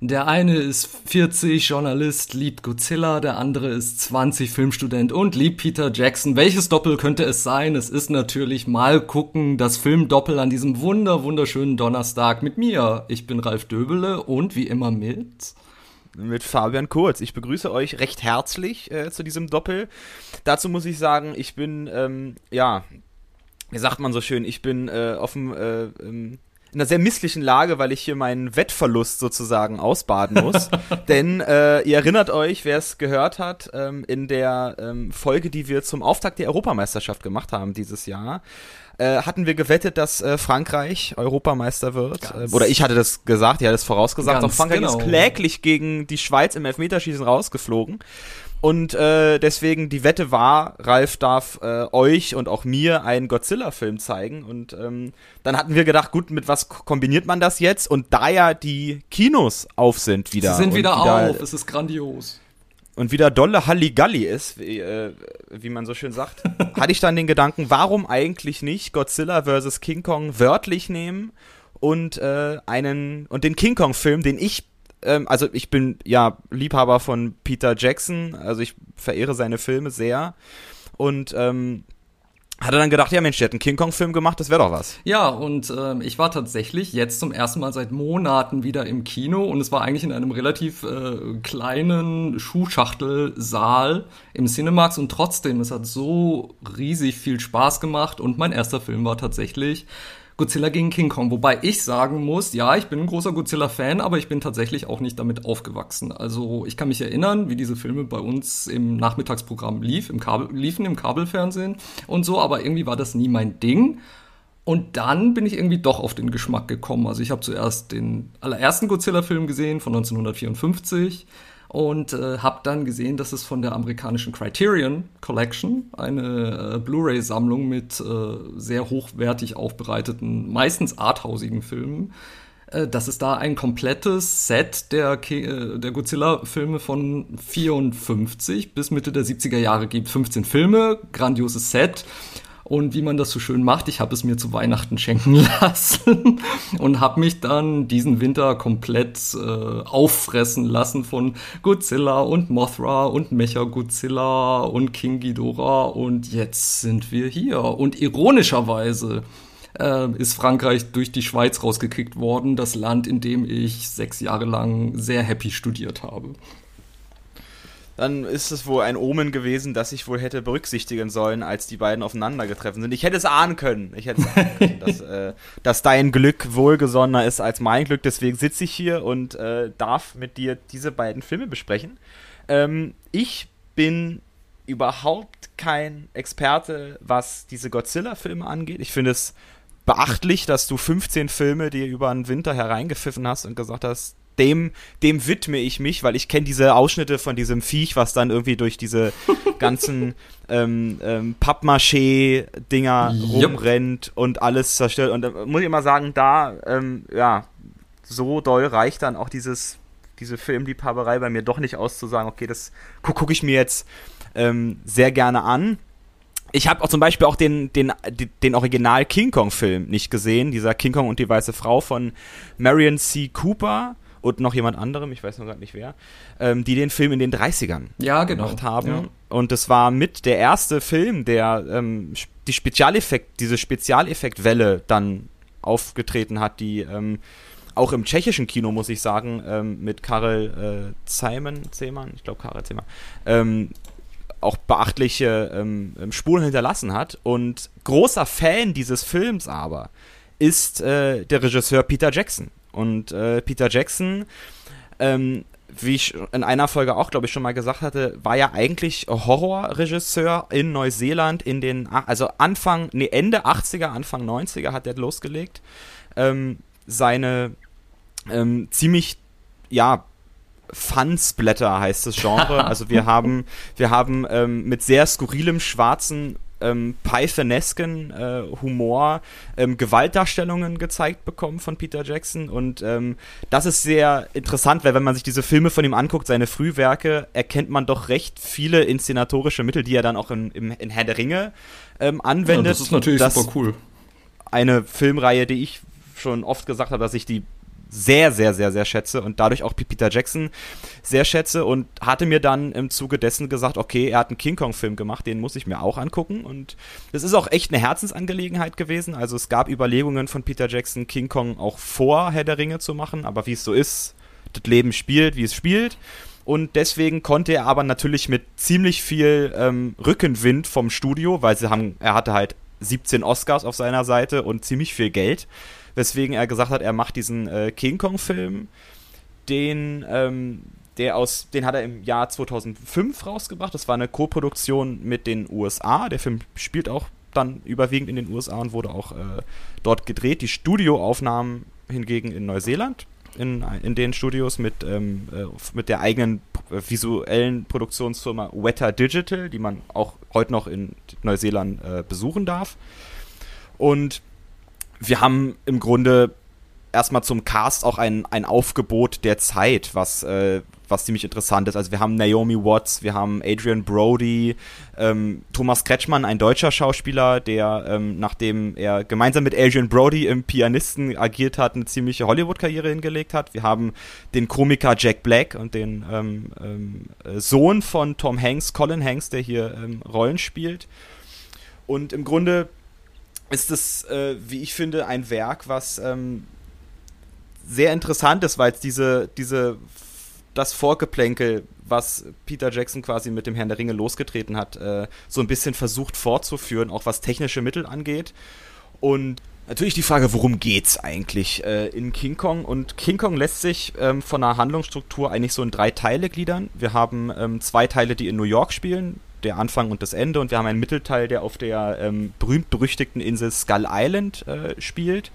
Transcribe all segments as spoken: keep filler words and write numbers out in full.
Der eine ist vierzig, Journalist, liebt Godzilla, der andere ist zwanzig, Filmstudent und liebt Peter Jackson. Welches Doppel könnte es sein? Es ist natürlich Mal gucken, das Filmdoppel an diesem wunder wunderschönen Donnerstag mit mir. Ich bin Ralf Döbele und wie immer mit... Mit Fabian Kurz. Ich begrüße euch recht herzlich äh, zu diesem Doppel. Dazu muss ich sagen, ich bin, ähm, ja, wie sagt man so schön, ich bin äh, auf dem... Äh, ähm, in einer sehr misslichen Lage, weil ich hier meinen Wettverlust sozusagen ausbaden muss. Denn äh, ihr erinnert euch, wer es gehört hat, ähm, in der ähm, Folge, die wir zum Auftakt der Europameisterschaft gemacht haben dieses Jahr, äh, hatten wir gewettet, dass äh, Frankreich Europameister wird. Äh, oder ich hatte das gesagt, ich hatte das vorausgesagt. Doch Frankreich genau. ist kläglich gegen die Schweiz im Elfmeterschießen rausgeflogen. Und äh, deswegen, die Wette war, Ralf darf äh, euch und auch mir einen Godzilla-Film zeigen. Und ähm, dann hatten wir gedacht, gut, mit was kombiniert man das jetzt? Und da ja die Kinos auf sind wieder. Sie sind wieder, wieder auf, es ist grandios. Und wieder dolle Halligalli ist, wie, äh, wie man so schön sagt, hatte ich dann den Gedanken, warum eigentlich nicht Godzilla versus King Kong wörtlich nehmen und äh, einen und den King Kong-Film, den ich also ich bin ja Liebhaber von Peter Jackson, also ich verehre seine Filme sehr und ähm, hatte dann gedacht, ja Mensch, der hat einen King Kong-Film gemacht, das wäre doch was. Ja, und ähm, ich war tatsächlich jetzt zum ersten Mal seit Monaten wieder im Kino und es war eigentlich in einem relativ äh, kleinen Schuhschachtelsaal im Cinemax und trotzdem, es hat so riesig viel Spaß gemacht und mein erster Film war tatsächlich Godzilla gegen King Kong, wobei ich sagen muss, ja, ich bin ein großer Godzilla-Fan, aber ich bin tatsächlich auch nicht damit aufgewachsen. Also ich kann mich erinnern, wie diese Filme bei uns im Nachmittagsprogramm lief, im Kabel, liefen im Kabelfernsehen und so, aber irgendwie war das nie mein Ding. Und dann bin ich irgendwie doch auf den Geschmack gekommen. Also ich habe zuerst den allerersten Godzilla-Film gesehen von neunzehnhundertvierundfünfzig und äh, habe dann gesehen, dass es von der amerikanischen Criterion Collection, eine äh, Blu-ray-Sammlung mit äh, sehr hochwertig aufbereiteten, meistens arthausigen Filmen, äh, dass es da ein komplettes Set der, Ke- der Godzilla-Filme von vierundfünfzig bis Mitte der siebziger Jahre gibt. fünfzehn Filme, grandioses Set. Und wie man das so schön macht, ich habe es mir zu Weihnachten schenken lassen und habe mich dann diesen Winter komplett äh, auffressen lassen von Godzilla und Mothra und Mecha-Godzilla und King Ghidorah und jetzt sind wir hier. Und ironischerweise äh, ist Frankreich durch die Schweiz rausgekickt worden, das Land, in dem ich sechs Jahre lang sehr happy studiert habe. Dann ist es wohl ein Omen gewesen, das ich wohl hätte berücksichtigen sollen, als die beiden aufeinander getreffen sind. Ich hätte es ahnen können, ich hätte es ahnen können, dass, äh, dass dein Glück wohlgesonnener ist als mein Glück. Deswegen sitze ich hier und äh, darf mit dir diese beiden Filme besprechen. Ähm, ich bin überhaupt kein Experte, was diese Godzilla-Filme angeht. Ich finde es beachtlich, dass du fünfzehn Filme dir über den Winter hereingepfiffen hast und gesagt hast, Dem, dem widme ich mich, weil ich kenne diese Ausschnitte von diesem Viech, was dann irgendwie durch diese ganzen ähm, ähm, Pappmaché-Dinger yep. rumrennt und alles zerstört. Und da muss ich immer sagen, da, ähm, ja, so doll reicht dann auch dieses, diese Filmliebhaberei bei mir doch nicht aus, zu sagen, okay, das gu- gucke ich mir jetzt ähm, sehr gerne an. Ich habe auch zum Beispiel auch den, den, den Original King Kong-Film nicht gesehen, dieser King Kong und die weiße Frau von Marion C. Cooper und noch jemand anderem, ich weiß noch gar nicht wer, ähm, die den Film in den dreißigern ja, genau. gemacht haben. Ja. Und das war mit der erste Film, der ähm, die Spezialeffekt, diese Spezialeffektwelle dann aufgetreten hat, die ähm, auch im tschechischen Kino, muss ich sagen, ähm, mit Karel äh, Zeman, Zeman, ich glaube Karel Zeman, ähm, auch beachtliche ähm, Spuren hinterlassen hat. Und großer Fan dieses Films aber ist äh, der Regisseur Peter Jackson. Und äh, Peter Jackson, ähm, wie ich in einer Folge auch, glaube ich, schon mal gesagt hatte, war ja eigentlich Horrorregisseur in Neuseeland in den, also Anfang, nee, Ende achtziger, Anfang neunziger hat der losgelegt. Ähm, seine ähm, ziemlich, ja, Fun-Splatter heißt das Genre. Also wir haben, wir haben ähm, mit sehr skurrilem, schwarzen, ähm, Pythonesken äh, Humor ähm, Gewaltdarstellungen gezeigt bekommen von Peter Jackson und ähm, das ist sehr interessant, weil wenn man sich diese Filme von ihm anguckt, seine Frühwerke, erkennt man doch recht viele inszenatorische Mittel, die er dann auch in, in, in Herr der Ringe ähm, anwendet. Ja, das ist natürlich das super cool. Eine Filmreihe, die ich schon oft gesagt habe, dass ich die sehr, sehr, sehr, sehr schätze und dadurch auch Peter Jackson sehr schätze und hatte mir dann im Zuge dessen gesagt, okay, er hat einen King Kong-Film gemacht, den muss ich mir auch angucken und das ist auch echt eine Herzensangelegenheit gewesen, also es gab Überlegungen von Peter Jackson, King Kong auch vor Herr der Ringe zu machen, aber wie es so ist, das Leben spielt, wie es spielt und deswegen konnte er aber natürlich mit ziemlich viel ähm, Rückenwind vom Studio, weil sie haben, er hatte halt siebzehn Oscars auf seiner Seite und ziemlich viel Geld, weswegen er gesagt hat, er macht diesen äh, King Kong-Film, den, ähm, der aus, den hat er im Jahr zweitausendfünf rausgebracht. Das war eine Co-Produktion mit den U S A. Der Film spielt auch dann überwiegend in den U S A und wurde auch äh, dort gedreht. Die Studioaufnahmen hingegen in Neuseeland, in, in den Studios mit, ähm, äh, mit der eigenen äh, visuellen Produktionsfirma Weta Digital, die man auch heute noch in Neuseeland äh, besuchen darf. Und wir haben im Grunde erstmal zum Cast auch ein, ein Aufgebot der Zeit, was, äh, was ziemlich interessant ist. Also wir haben Naomi Watts, wir haben Adrian Brody, ähm, Thomas Kretschmann, ein deutscher Schauspieler, der, ähm, nachdem er gemeinsam mit Adrian Brody im Pianisten agiert hat, eine ziemliche Hollywood-Karriere hingelegt hat. Wir haben den Komiker Jack Black und den ähm, ähm, Sohn von Tom Hanks, Colin Hanks, der hier ähm, Rollen spielt. Und im Grunde ist es, äh, wie ich finde, ein Werk, was ähm, sehr interessant ist, weil es diese, diese, das Vorgeplänkel, was Peter Jackson quasi mit dem Herrn der Ringe losgetreten hat, äh, so ein bisschen versucht fortzuführen, auch was technische Mittel angeht. Und natürlich die Frage, worum geht's eigentlich äh, in King Kong? Und King Kong lässt sich ähm, von der Handlungsstruktur eigentlich so in drei Teile gliedern. Wir haben ähm, zwei Teile, die in New York spielen, der Anfang und das Ende, und wir haben einen Mittelteil, der auf der ähm, berühmt-berüchtigten Insel Skull Island äh, spielt.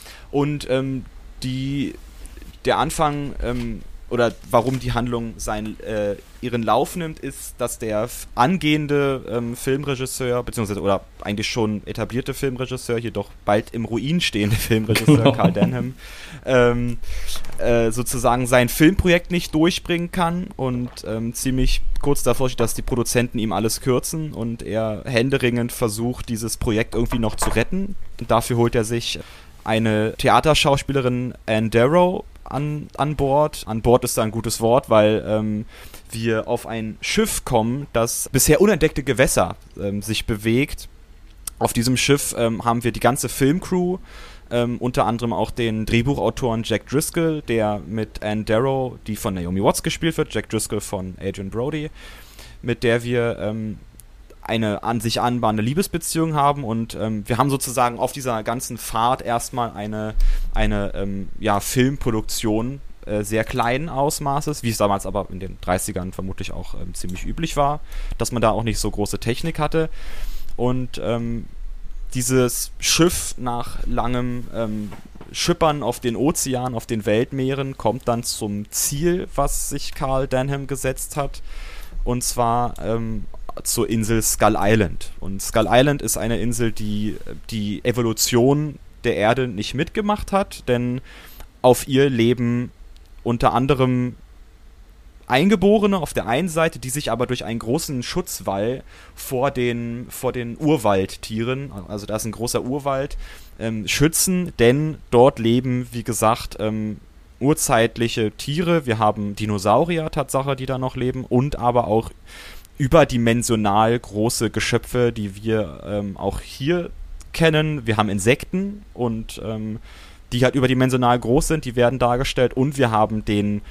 Und ähm, die, der Anfang ähm, oder warum die Handlung sein, äh, ihren Lauf nimmt, ist, dass der f- angehende ähm, Filmregisseur, beziehungsweise oder eigentlich schon etablierte Filmregisseur, jedoch bald im Ruin stehende Filmregisseur genau. Carl Denham, ähm, äh, sozusagen sein Filmprojekt nicht durchbringen kann und ähm, ziemlich kurz davor steht, dass die Produzenten ihm alles kürzen und er händeringend versucht, dieses Projekt irgendwie noch zu retten. Und dafür holt er sich eine Theaterschauspielerin, Anne Darrow, an, an Bord. An Bord ist da ein gutes Wort, weil ähm, wir auf ein Schiff kommen, das bisher unentdeckte Gewässer ähm, sich bewegt. Auf diesem Schiff ähm, haben wir die ganze Filmcrew, ähm, unter anderem auch den Drehbuchautoren Jack Driscoll, der mit Anne Darrow, die von Naomi Watts gespielt wird, Jack Driscoll von Adrian Brody, mit der wir ähm, eine an sich anbahnende Liebesbeziehung haben und ähm, wir haben sozusagen auf dieser ganzen Fahrt erstmal eine, eine ähm, ja, Filmproduktion äh, sehr kleinen Ausmaßes, wie es damals aber in den dreißigern vermutlich auch ähm, ziemlich üblich war, dass man da auch nicht so große Technik hatte und ähm, dieses Schiff nach langem ähm, Schippern auf den Ozeanen, auf den Weltmeeren kommt dann zum Ziel, was sich Carl Denham gesetzt hat, und zwar ähm, zur Insel Skull Island. Und Skull Island ist eine Insel, die die Evolution der Erde nicht mitgemacht hat, denn auf ihr leben unter anderem Eingeborene auf der einen Seite, die sich aber durch einen großen Schutzwall vor den, vor den Urwaldtieren, also da ist ein großer Urwald, ähm, schützen, denn dort leben, wie gesagt, ähm, urzeitliche Tiere. Wir haben Dinosaurier, Tatsache, die da noch leben, und aber auch überdimensional große Geschöpfe, die wir ähm, auch hier kennen. Wir haben Insekten und ähm, die halt überdimensional groß sind, die werden dargestellt, und wir haben den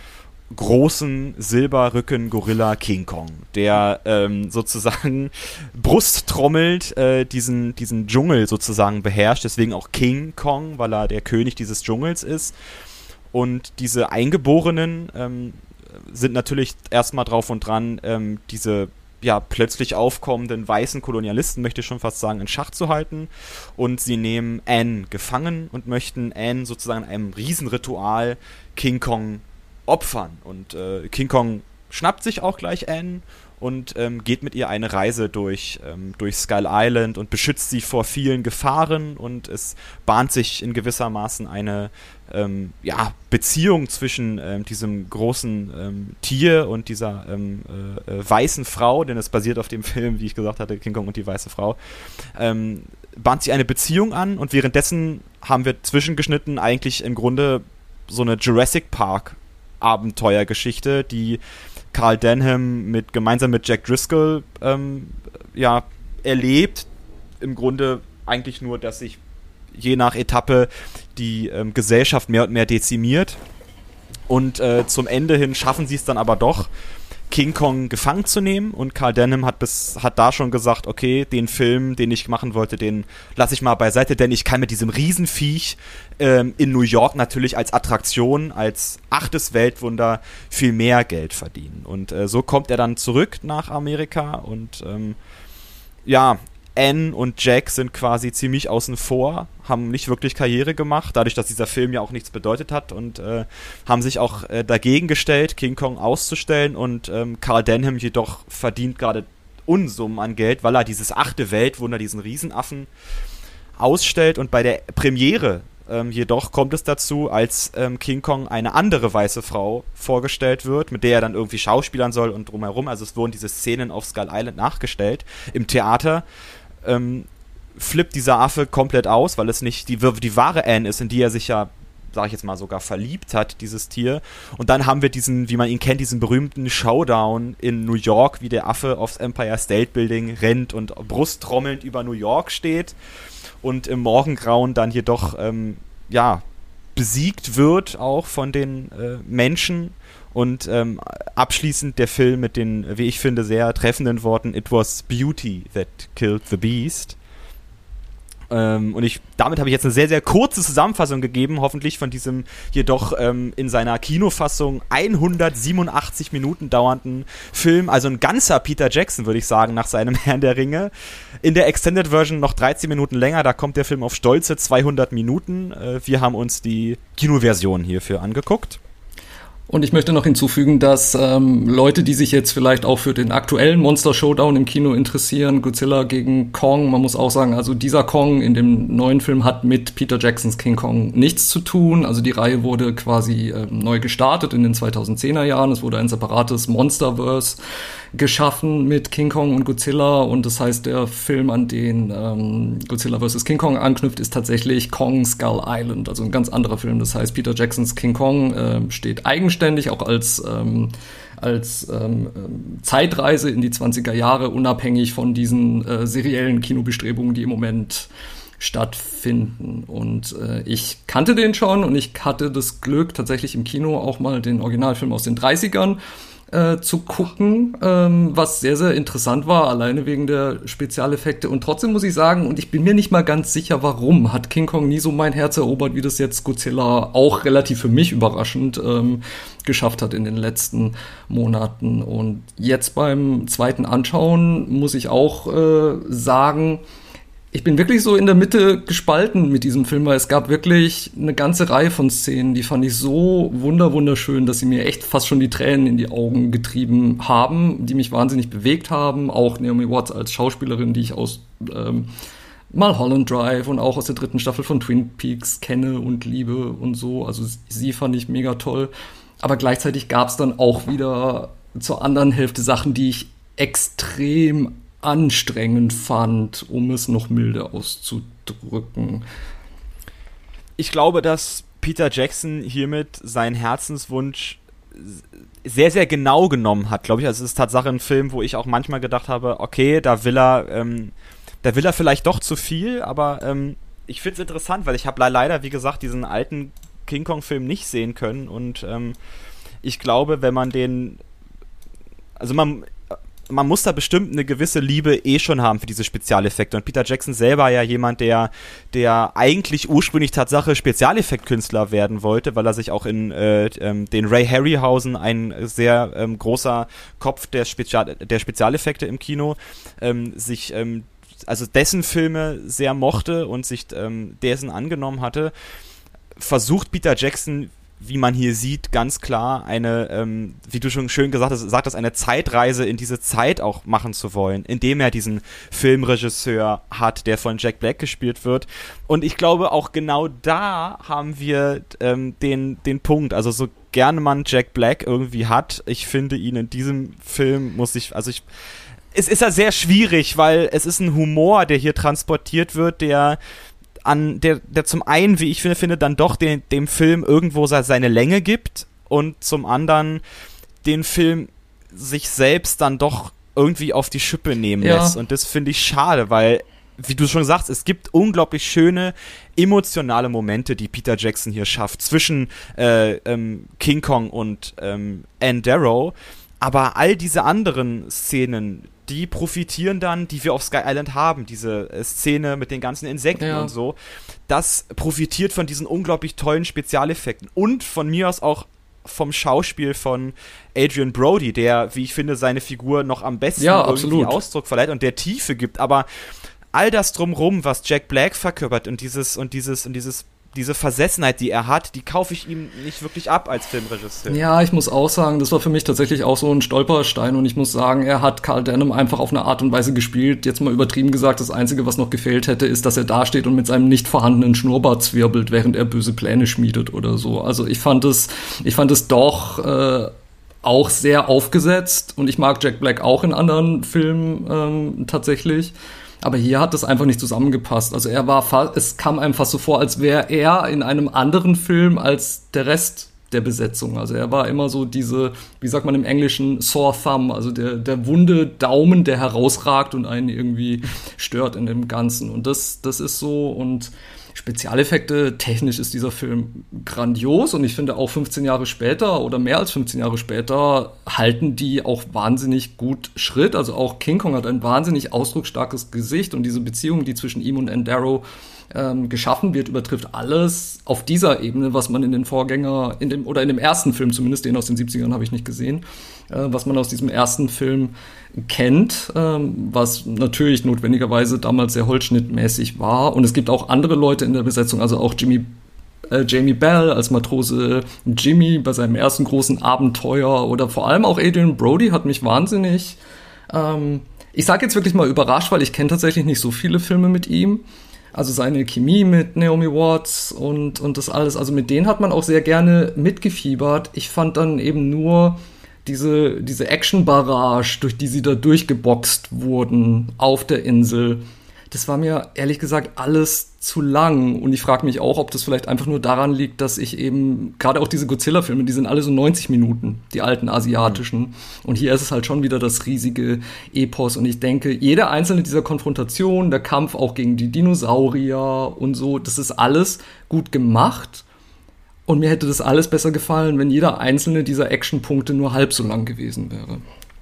großen Silberrücken-Gorilla King Kong, der ähm, sozusagen brusttrommelnd äh, diesen, diesen Dschungel sozusagen beherrscht, deswegen auch King Kong, weil er der König dieses Dschungels ist. Und diese Eingeborenen ähm, sind natürlich erstmal drauf und dran, ähm, diese ja plötzlich aufkommenden weißen Kolonialisten, möchte ich schon fast sagen, in Schach zu halten. Und sie nehmen Anne gefangen und möchten Anne sozusagen in einem Riesenritual King Kong opfern. Und äh, King Kong schnappt sich auch gleich Anne und ähm, geht mit ihr eine Reise durch, ähm, durch Skull Island und beschützt sie vor vielen Gefahren, und es bahnt sich in gewissermaßen eine ähm, ja, Beziehung zwischen ähm, diesem großen ähm, Tier und dieser ähm, äh, äh, weißen Frau, denn es basiert auf dem Film, wie ich gesagt hatte, King Kong und die weiße Frau, ähm, bahnt sich eine Beziehung an, und währenddessen haben wir zwischengeschnitten eigentlich im Grunde so eine Jurassic Park Abenteuergeschichte, die Carl Denham mit, gemeinsam mit Jack Driscoll ähm, ja, erlebt. Im Grunde eigentlich nur, dass sich je nach Etappe die ähm, Gesellschaft mehr und mehr dezimiert. Und äh, zum Ende hin schaffen sie es dann aber doch, King Kong gefangen zu nehmen. Und Carl Denham hat, bis, hat da schon gesagt, okay, den Film, den ich machen wollte, den lasse ich mal beiseite, denn ich kann mit diesem Riesenviech ähm, in New York natürlich als Attraktion, als achtes Weltwunder viel mehr Geld verdienen. Und äh, so kommt er dann zurück nach Amerika und ähm, ja, Anne und Jack sind quasi ziemlich außen vor, haben nicht wirklich Karriere gemacht, dadurch, dass dieser Film ja auch nichts bedeutet hat und äh, haben sich auch äh, dagegen gestellt, King Kong auszustellen und ähm, Carl Denham jedoch verdient gerade Unsummen an Geld, weil er dieses achte Weltwunder, diesen Riesenaffen ausstellt und bei der Premiere ähm, jedoch kommt es dazu, als ähm, King Kong eine andere weiße Frau vorgestellt wird, mit der er dann irgendwie schauspielern soll und drumherum, also es wurden diese Szenen auf Skull Island nachgestellt im Theater. Ähm, flippt dieser Affe komplett aus, weil es nicht die, die wahre Anne ist, in die er sich ja, sag ich jetzt mal, sogar verliebt hat, dieses Tier. Und dann haben wir diesen, wie man ihn kennt, diesen berühmten Showdown in New York, wie der Affe aufs Empire State Building rennt und brusttrommelnd über New York steht und im Morgengrauen dann jedoch, ähm, ja, besiegt wird auch von den äh, Menschen. Und ähm, abschließend der Film mit den, wie ich finde, sehr treffenden Worten "It was beauty that killed the beast". Ähm, und ich, damit habe ich jetzt eine sehr, sehr kurze Zusammenfassung gegeben, hoffentlich von diesem jedoch ähm, in seiner Kinofassung hundertsiebenundachtzig Minuten dauernden Film. Also ein ganzer Peter Jackson, würde ich sagen, nach seinem Herrn der Ringe. In der Extended Version noch dreizehn Minuten länger, da kommt der Film auf stolze zweihundert Minuten. Äh, wir haben uns die Kinoversion hierfür angeguckt. Und ich möchte noch hinzufügen, dass ähm, Leute, die sich jetzt vielleicht auch für den aktuellen Monster Showdown im Kino interessieren, Godzilla gegen Kong, man muss auch sagen, also dieser Kong in dem neuen Film hat mit Peter Jacksons King Kong nichts zu tun. Also die Reihe wurde quasi ähm, neu gestartet in den zweitausendzehner Jahren. Es wurde ein separates Monsterverse geschaffen mit King Kong und Godzilla. Und das heißt, der Film, an den ähm, Godzilla versus. King Kong anknüpft, ist tatsächlich Kong Skull Island, also ein ganz anderer Film. Das heißt, Peter Jacksons King Kong äh, steht eigenständig, auch als ähm, als ähm, Zeitreise in die zwanziger Jahre, unabhängig von diesen äh, seriellen Kinobestrebungen, die im Moment stattfinden. Und äh, ich kannte den schon und ich hatte das Glück, tatsächlich im Kino auch mal den Originalfilm aus den dreißigern Äh, zu gucken, ähm, was sehr, sehr interessant war, alleine wegen der Spezialeffekte. Und trotzdem muss ich sagen, und ich bin mir nicht mal ganz sicher, warum, hat King Kong nie so mein Herz erobert, wie das jetzt Godzilla auch relativ für mich überraschend ähm, geschafft hat in den letzten Monaten. Und jetzt beim zweiten Anschauen muss ich auch äh, sagen, ich bin wirklich so in der Mitte gespalten mit diesem Film, weil es gab wirklich eine ganze Reihe von Szenen, die fand ich so wunder wunderschön, dass sie mir echt fast schon die Tränen in die Augen getrieben haben, die mich wahnsinnig bewegt haben. Auch Naomi Watts als Schauspielerin, die ich aus ähm, Mulholland Drive und auch aus der dritten Staffel von Twin Peaks kenne und liebe und so. Also sie fand ich mega toll. Aber gleichzeitig gab es dann auch wieder zur anderen Hälfte Sachen, die ich extrem anstrengend fand, um es noch milde auszudrücken. Ich glaube, dass Peter Jackson hiermit seinen Herzenswunsch sehr, sehr genau genommen hat, glaube ich. Also es ist Tatsache ein Film, wo ich auch manchmal gedacht habe, okay, da will er, ähm, da will er vielleicht doch zu viel, aber ähm, ich finde es interessant, weil ich habe leider, wie gesagt, diesen alten King Kong-Film nicht sehen können und ähm, ich glaube, wenn man den, also man man muss da bestimmt eine gewisse Liebe eh schon haben für diese Spezialeffekte. Und Peter Jackson selber ja jemand, der, der eigentlich ursprünglich Tatsache Spezialeffektkünstler werden wollte, weil er sich auch in äh, ähm, den Ray Harryhausen, ein sehr ähm, großer Kopf der, Spezial- der Spezialeffekte im Kino, ähm, sich ähm, also dessen Filme sehr mochte und sich ähm, dessen angenommen hatte, versucht Peter Jackson, wie man hier sieht, ganz klar eine, ähm, wie du schon schön gesagt hast, sagt das, eine Zeitreise in diese Zeit auch machen zu wollen, indem er diesen Filmregisseur hat, der von Jack Black gespielt wird. Und ich glaube, auch genau da haben wir ähm, den, den Punkt, also so gerne man Jack Black irgendwie hat, ich finde ihn in diesem Film, muss ich, also ich, es ist ja sehr schwierig, weil es ist ein Humor, der hier transportiert wird, der an der, der zum einen, wie ich finde, finde dann doch den, dem Film irgendwo seine Länge gibt und zum anderen den Film sich selbst dann doch irgendwie auf die Schippe nehmen ja. lässt. Und das finde ich schade, weil, wie du schon sagst, es gibt unglaublich schöne, emotionale Momente, die Peter Jackson hier schafft, zwischen äh, ähm, King Kong und ähm, Ann Darrow. Aber all diese anderen Szenen, die profitieren dann, die wir auf Sky Island haben, diese äh, Szene mit den ganzen Insekten ja. und so, das profitiert von diesen unglaublich tollen Spezialeffekten und von mir aus auch vom Schauspiel von Adrian Brody, der, wie ich finde, seine Figur noch am besten ja, irgendwie absolut. Ausdruck verleiht und der Tiefe gibt, aber all das drumrum, was Jack Black verkörpert und dieses und dieses und dieses diese Versessenheit, die er hat, die kaufe ich ihm nicht wirklich ab als Filmregisseur. Ja, ich muss auch sagen, das war für mich tatsächlich auch so ein Stolperstein und ich muss sagen, er hat Carl Denham einfach auf eine Art und Weise gespielt, jetzt mal übertrieben gesagt, das Einzige, was noch gefehlt hätte, ist, dass er dasteht und mit seinem nicht vorhandenen Schnurrbart zwirbelt, während er böse Pläne schmiedet oder so. Also ich fand es, ich fand es doch äh, auch sehr aufgesetzt und ich mag Jack Black auch in anderen Filmen ähm, tatsächlich. Aber hier hat das einfach nicht zusammengepasst. Also er war fast, es kam einem fast so vor, als wäre er in einem anderen Film als der Rest der Besetzung. Also er war immer so diese, wie sagt man im Englischen, sore thumb, also der, der wunde Daumen, der herausragt und einen irgendwie stört in dem Ganzen. Und das, das ist so und Spezialeffekte, technisch ist dieser Film grandios und ich finde auch fünfzehn Jahre später oder mehr als fünfzehn Jahre später halten die auch wahnsinnig gut Schritt. Also auch King Kong hat ein wahnsinnig ausdrucksstarkes Gesicht und diese Beziehung, die zwischen ihm und Ann Darrow ähm, geschaffen wird, übertrifft alles auf dieser Ebene, was man in den Vorgänger, in dem oder in dem ersten Film zumindest, den aus den siebzigern habe ich nicht gesehen, äh, was man aus diesem ersten Film kennt, ähm, was natürlich notwendigerweise damals sehr holzschnittmäßig war. Und es gibt auch andere Leute in der Besetzung, also auch Jimmy, äh, Jamie Bell als Matrose Jimmy bei seinem ersten großen Abenteuer oder vor allem auch Adrian Brody hat mich wahnsinnig, ähm, ich sage jetzt wirklich mal überrascht, weil ich kenne tatsächlich nicht so viele Filme mit ihm. Also seine Chemie mit Naomi Watts und, und das alles, also mit denen hat man auch sehr gerne mitgefiebert. Ich fand dann eben nur diese, diese Action-Barrage, durch die sie da durchgeboxt wurden auf der Insel, das war mir ehrlich gesagt alles zu lang. Und ich frage mich auch, ob das vielleicht einfach nur daran liegt, dass ich eben, gerade auch diese Godzilla-Filme, die sind alle so neunzig Minuten, die alten asiatischen. Mhm. Und hier ist es halt schon wieder das riesige Epos. Und ich denke, jede einzelne dieser Konfrontationen, der Kampf auch gegen die Dinosaurier und so, das ist alles gut gemacht. Und mir hätte das alles besser gefallen, wenn jeder einzelne dieser Actionpunkte nur halb so lang gewesen wäre.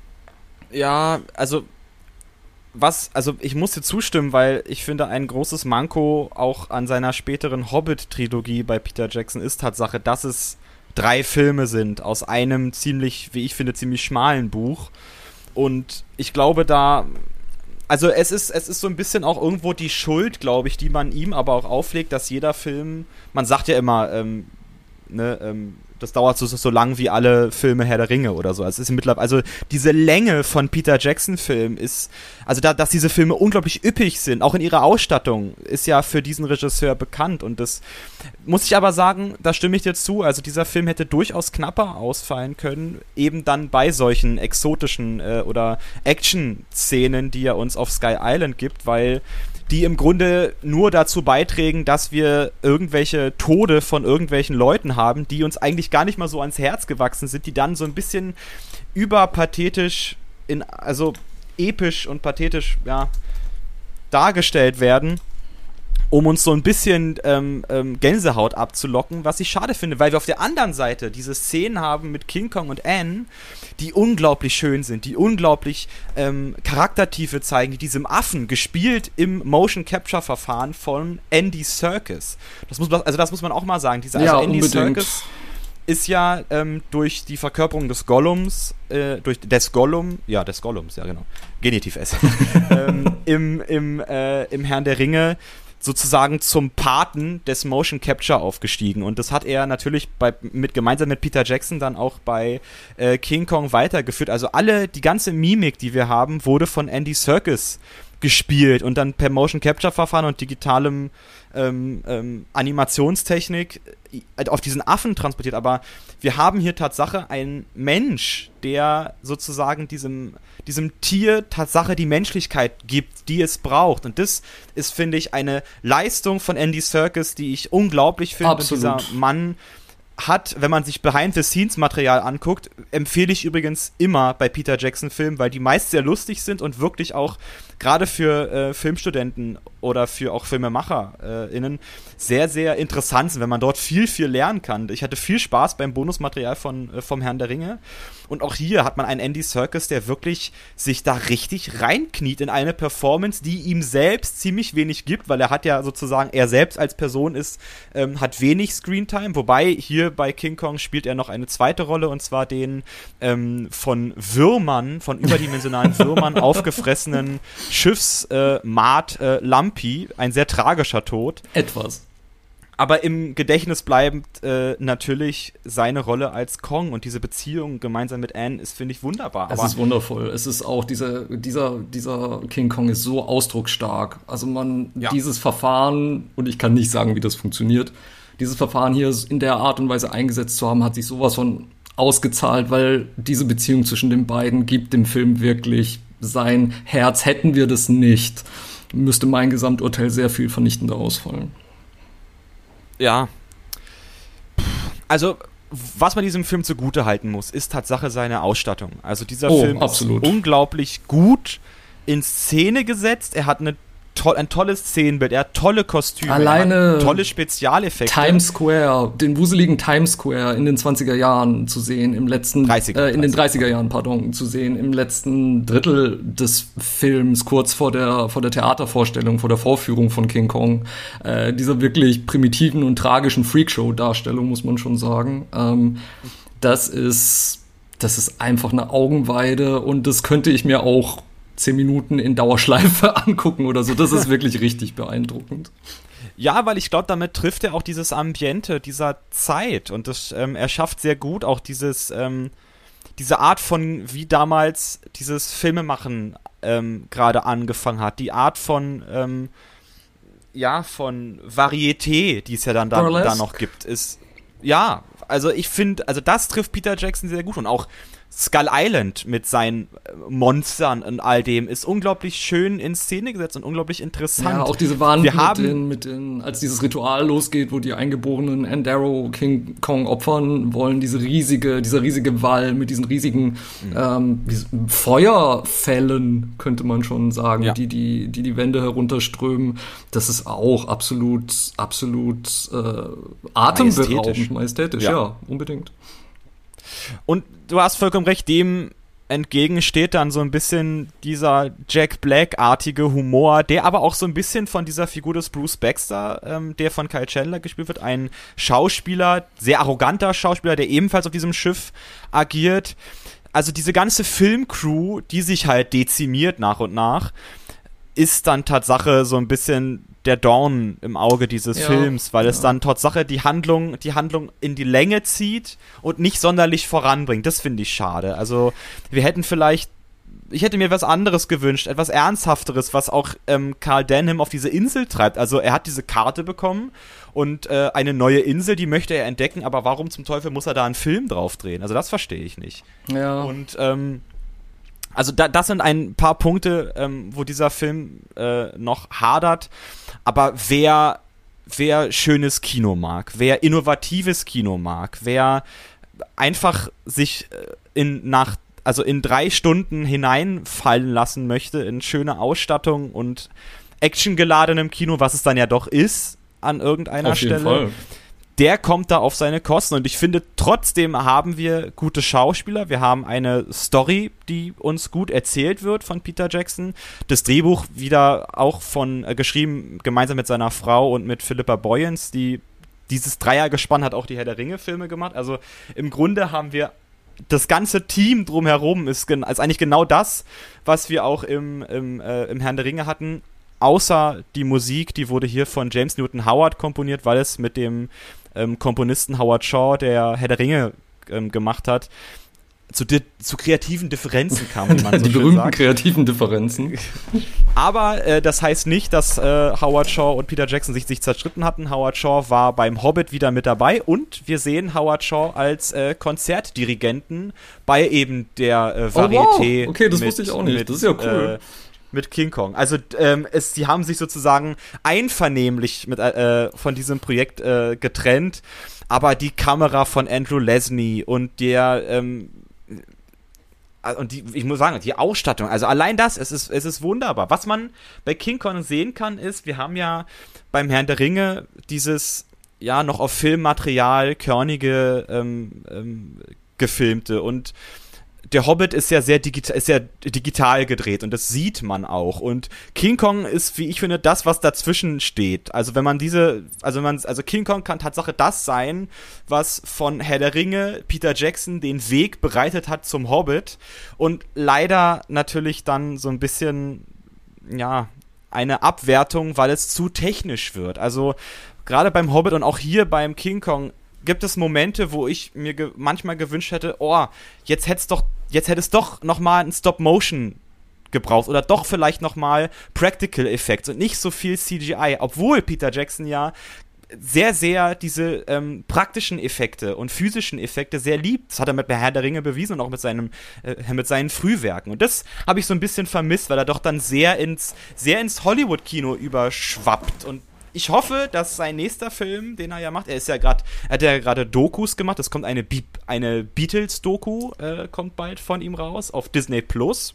Ja, also was, also ich muss dir zustimmen, weil ich finde, ein großes Manko auch an seiner späteren Hobbit-Trilogie bei Peter Jackson ist Tatsache, dass es drei Filme sind aus einem ziemlich, wie ich finde, ziemlich schmalen Buch. Und ich glaube da, also es ist, es ist so ein bisschen auch irgendwo die Schuld, glaube ich, die man ihm aber auch auflegt, dass jeder Film, man sagt ja immer, ähm, ne, ähm, das dauert so, so lang wie alle Filme Herr der Ringe oder so. Also, es ist mittlerweile, also diese Länge von Peter Jackson-Filmen ist, also da, dass diese Filme unglaublich üppig sind, auch in ihrer Ausstattung, ist ja für diesen Regisseur bekannt. Und das muss ich aber sagen, da stimme ich dir zu. Also dieser Film hätte durchaus knapper ausfallen können, eben dann bei solchen exotischen äh, oder Action-Szenen, die er uns auf Sky Island gibt, weil die im Grunde nur dazu beitragen, dass wir irgendwelche Tode von irgendwelchen Leuten haben, die uns eigentlich gar nicht mal so ans Herz gewachsen sind, die dann so ein bisschen überpathetisch, in, also episch und pathetisch, ja, dargestellt werden, um uns so ein bisschen ähm, ähm, Gänsehaut abzulocken, was ich schade finde, weil wir auf der anderen Seite diese Szenen haben mit King Kong und Ann, die unglaublich schön sind, die unglaublich ähm, Charaktertiefe zeigen, die diesem Affen, gespielt im Motion-Capture-Verfahren von Andy Serkis. Das muss, also das muss man auch mal sagen. Dieser, ja, also Andy unbedingt. Serkis ist ja ähm, durch die Verkörperung des Gollums, äh, durch des Gollum, ja, des Gollums, ja genau, Genitiv S, ähm, im, im, äh, im Herrn der Ringe sozusagen zum Paten des Motion Capture aufgestiegen. Und das hat er natürlich bei, mit, gemeinsam mit Peter Jackson dann auch bei äh, King Kong weitergeführt. Also alle, die ganze Mimik, die wir haben, wurde von Andy Serkis gespielt und dann per Motion Capture Verfahren und digitalem ähm, ähm, Animationstechnik auf diesen Affen transportiert, aber wir haben hier Tatsache einen Mensch, der sozusagen diesem, diesem Tier Tatsache die Menschlichkeit gibt, die es braucht, und das ist, finde ich, eine Leistung von Andy Serkis, die ich unglaublich finde. Absolut. Dieser Mann hat, wenn man sich Behind-the-Scenes-Material anguckt, empfehle ich übrigens immer bei Peter Jackson-Filmen, weil die meist sehr lustig sind und wirklich auch gerade für äh, Filmstudenten oder für auch FilmemacherInnen äh, sehr, sehr interessant sind, wenn man dort viel, viel lernen kann. Ich hatte viel Spaß beim Bonusmaterial von, äh, vom Herrn der Ringe, und auch hier hat man einen Andy Serkis, der wirklich sich da richtig reinkniet in eine Performance, die ihm selbst ziemlich wenig gibt, weil er hat ja sozusagen, er selbst als Person ist, ähm, hat wenig Screentime, wobei hier bei King Kong spielt er noch eine zweite Rolle, und zwar den ähm, von Würmern, von überdimensionalen Würmern aufgefressenen Schiffsmaat äh, äh, Lumpy, ein sehr tragischer Tod. Etwas. Aber im Gedächtnis bleibend äh, natürlich seine Rolle als Kong, und diese Beziehung gemeinsam mit Anne ist, finde ich, wunderbar. Es Aber ist wundervoll. Es ist auch, dieser, dieser, dieser King Kong ist so ausdrucksstark. Also man, ja. dieses Verfahren, und ich kann nicht sagen, wie das funktioniert, dieses Verfahren hier in der Art und Weise eingesetzt zu haben, hat sich sowas von ausgezahlt, weil diese Beziehung zwischen den beiden gibt dem Film wirklich sein Herz. Hätten wir das nicht, müsste mein Gesamturteil sehr viel vernichtender ausfallen. Ja. Also, was man diesem Film zugute halten muss, ist Tatsache seine Ausstattung. Also dieser oh, Film absolut. ist unglaublich gut in Szene gesetzt. Er hat eine to- ein tolles Szenenbild, er hat tolle Kostüme, Alleine er hat tolle Spezialeffekte. Times Square, den wuseligen Times Square in den zwanziger Jahren zu sehen, im letzten, dreißiger, äh, in den dreißiger Jahren, pardon, zu sehen, im letzten Drittel des Films, kurz vor der, vor der Theatervorstellung, vor der Vorführung von King Kong, äh, dieser wirklich primitiven und tragischen Freakshow-Darstellung, muss man schon sagen. Ähm, das ist, das ist einfach eine Augenweide, und das könnte ich mir auch zehn Minuten in Dauerschleife angucken oder so. Das ist wirklich richtig beeindruckend. Ja, weil ich glaube, damit trifft er auch dieses Ambiente dieser Zeit, und das ähm, er schafft sehr gut auch dieses ähm, diese Art von, wie damals dieses Filmemachen ähm, gerade angefangen hat, die Art von ähm, ja, von Varieté, die es ja dann da, da noch gibt, ist, ja, also ich finde, also das trifft Peter Jackson sehr gut, und auch Skull Island mit seinen Monstern und all dem ist unglaublich schön in Szene gesetzt und unglaublich interessant. Ja, auch diese Wand Wir mit, haben den, mit den, als dieses Ritual losgeht, wo die eingeborenen Andaro King Kong opfern wollen, diese riesige, dieser riesige Wall mit diesen riesigen mhm. ähm, Feuerfällen, könnte man schon sagen, ja. die, die, die die Wände herunterströmen. Das ist auch absolut, absolut äh, atemberaubend, majestätisch, majestätisch ja. ja, unbedingt. Und du hast vollkommen recht, dem entgegen steht dann so ein bisschen dieser Jack Black-artige Humor, der aber auch so ein bisschen von dieser Figur des Bruce Baxter, ähm, der von Kyle Chandler gespielt wird, ein Schauspieler, sehr arroganter Schauspieler, der ebenfalls auf diesem Schiff agiert. Also diese ganze Filmcrew, die sich halt dezimiert nach und nach, ist dann Tatsache so ein bisschen der Dorn im Auge dieses ja, Films, weil ja. es dann Tatsache die Handlung, die Handlung in die Länge zieht und nicht sonderlich voranbringt. Das finde ich schade. Also wir hätten vielleicht, ich hätte mir was anderes gewünscht, etwas Ernsthafteres, was auch ähm, Carl Denham auf diese Insel treibt. Also er hat diese Karte bekommen und äh, eine neue Insel, die möchte er entdecken, aber warum zum Teufel muss er da einen Film drauf drehen? Also das verstehe ich nicht. Ja. Und ähm, Also da, das sind ein paar Punkte, ähm, wo dieser Film äh, noch hadert. Aber wer, wer schönes Kino mag, wer innovatives Kino mag, wer einfach sich in nach also in drei Stunden hineinfallen lassen möchte in schöne Ausstattung und actiongeladenem Kino, was es dann ja doch ist an irgendeiner Auf jeden Stelle. Fall. Der kommt da auf seine Kosten, und ich finde, trotzdem haben wir gute Schauspieler, wir haben eine Story, die uns gut erzählt wird von Peter Jackson, das Drehbuch wieder auch von äh, geschrieben, gemeinsam mit seiner Frau und mit Philippa Boyens, die dieses Dreiergespann hat auch die Herr der Ringe-Filme gemacht, also im Grunde haben wir das ganze Team drumherum, ist, gen- ist eigentlich genau das, was wir auch im, im, äh, im Herrn der Ringe hatten, außer die Musik, die wurde hier von James Newton Howard komponiert, weil es mit dem ähm, Komponisten Howard Shaw, der Herr der Ringe ähm, gemacht hat, zu, di- zu kreativen Differenzen kam, wie man so Die schön berühmten sagt. kreativen Differenzen. Aber äh, das heißt nicht, dass äh, Howard Shaw und Peter Jackson sich, sich zerstritten hatten. Howard Shaw war beim Hobbit wieder mit dabei und wir sehen Howard Shaw als äh, Konzertdirigenten bei eben der äh, Varieté. Oh, wow. Okay, das mit, wusste ich auch nicht. Mit, das ist ja cool. Äh, mit King Kong. Also ähm, es, sie haben sich sozusagen einvernehmlich mit, äh, von diesem Projekt äh, getrennt, aber die Kamera von Andrew Lesnie und der ähm, und die, ich muss sagen, die Ausstattung, also allein das, es ist, es ist wunderbar. Was man bei King Kong sehen kann, ist, wir haben ja beim Herrn der Ringe dieses, ja, noch auf Filmmaterial körnige ähm, ähm, gefilmte und der Hobbit ist ja sehr digital, ist ja digital gedreht und das sieht man auch. Und King Kong ist, wie ich finde, das, was dazwischen steht. Also wenn man diese, also wenn man, also King Kong kann Tatsache das sein, was von Herr der Ringe Peter Jackson den Weg bereitet hat zum Hobbit und leider natürlich dann so ein bisschen, ja, eine Abwertung, weil es zu technisch wird. Also gerade beim Hobbit und auch hier beim King Kong gibt es Momente, wo ich mir ge- manchmal gewünscht hätte, oh, jetzt hätte es doch, jetzt hätte es doch nochmal ein Stop-Motion gebraucht oder doch vielleicht nochmal Practical Effects und nicht so viel C G I, obwohl Peter Jackson ja sehr, sehr diese ähm, praktischen Effekte und physischen Effekte sehr liebt. Das hat er mit Herr der Ringe bewiesen und auch mit, seinem, äh, mit seinen Frühwerken. Und das habe ich so ein bisschen vermisst, weil er doch dann sehr ins, sehr ins Hollywood-Kino überschwappt und ich hoffe, dass sein nächster Film, den er ja macht, er ist ja gerade, er hat ja gerade Dokus gemacht, es kommt eine, Be- eine Beatles-Doku, äh, kommt bald von ihm raus, auf Disney Plus.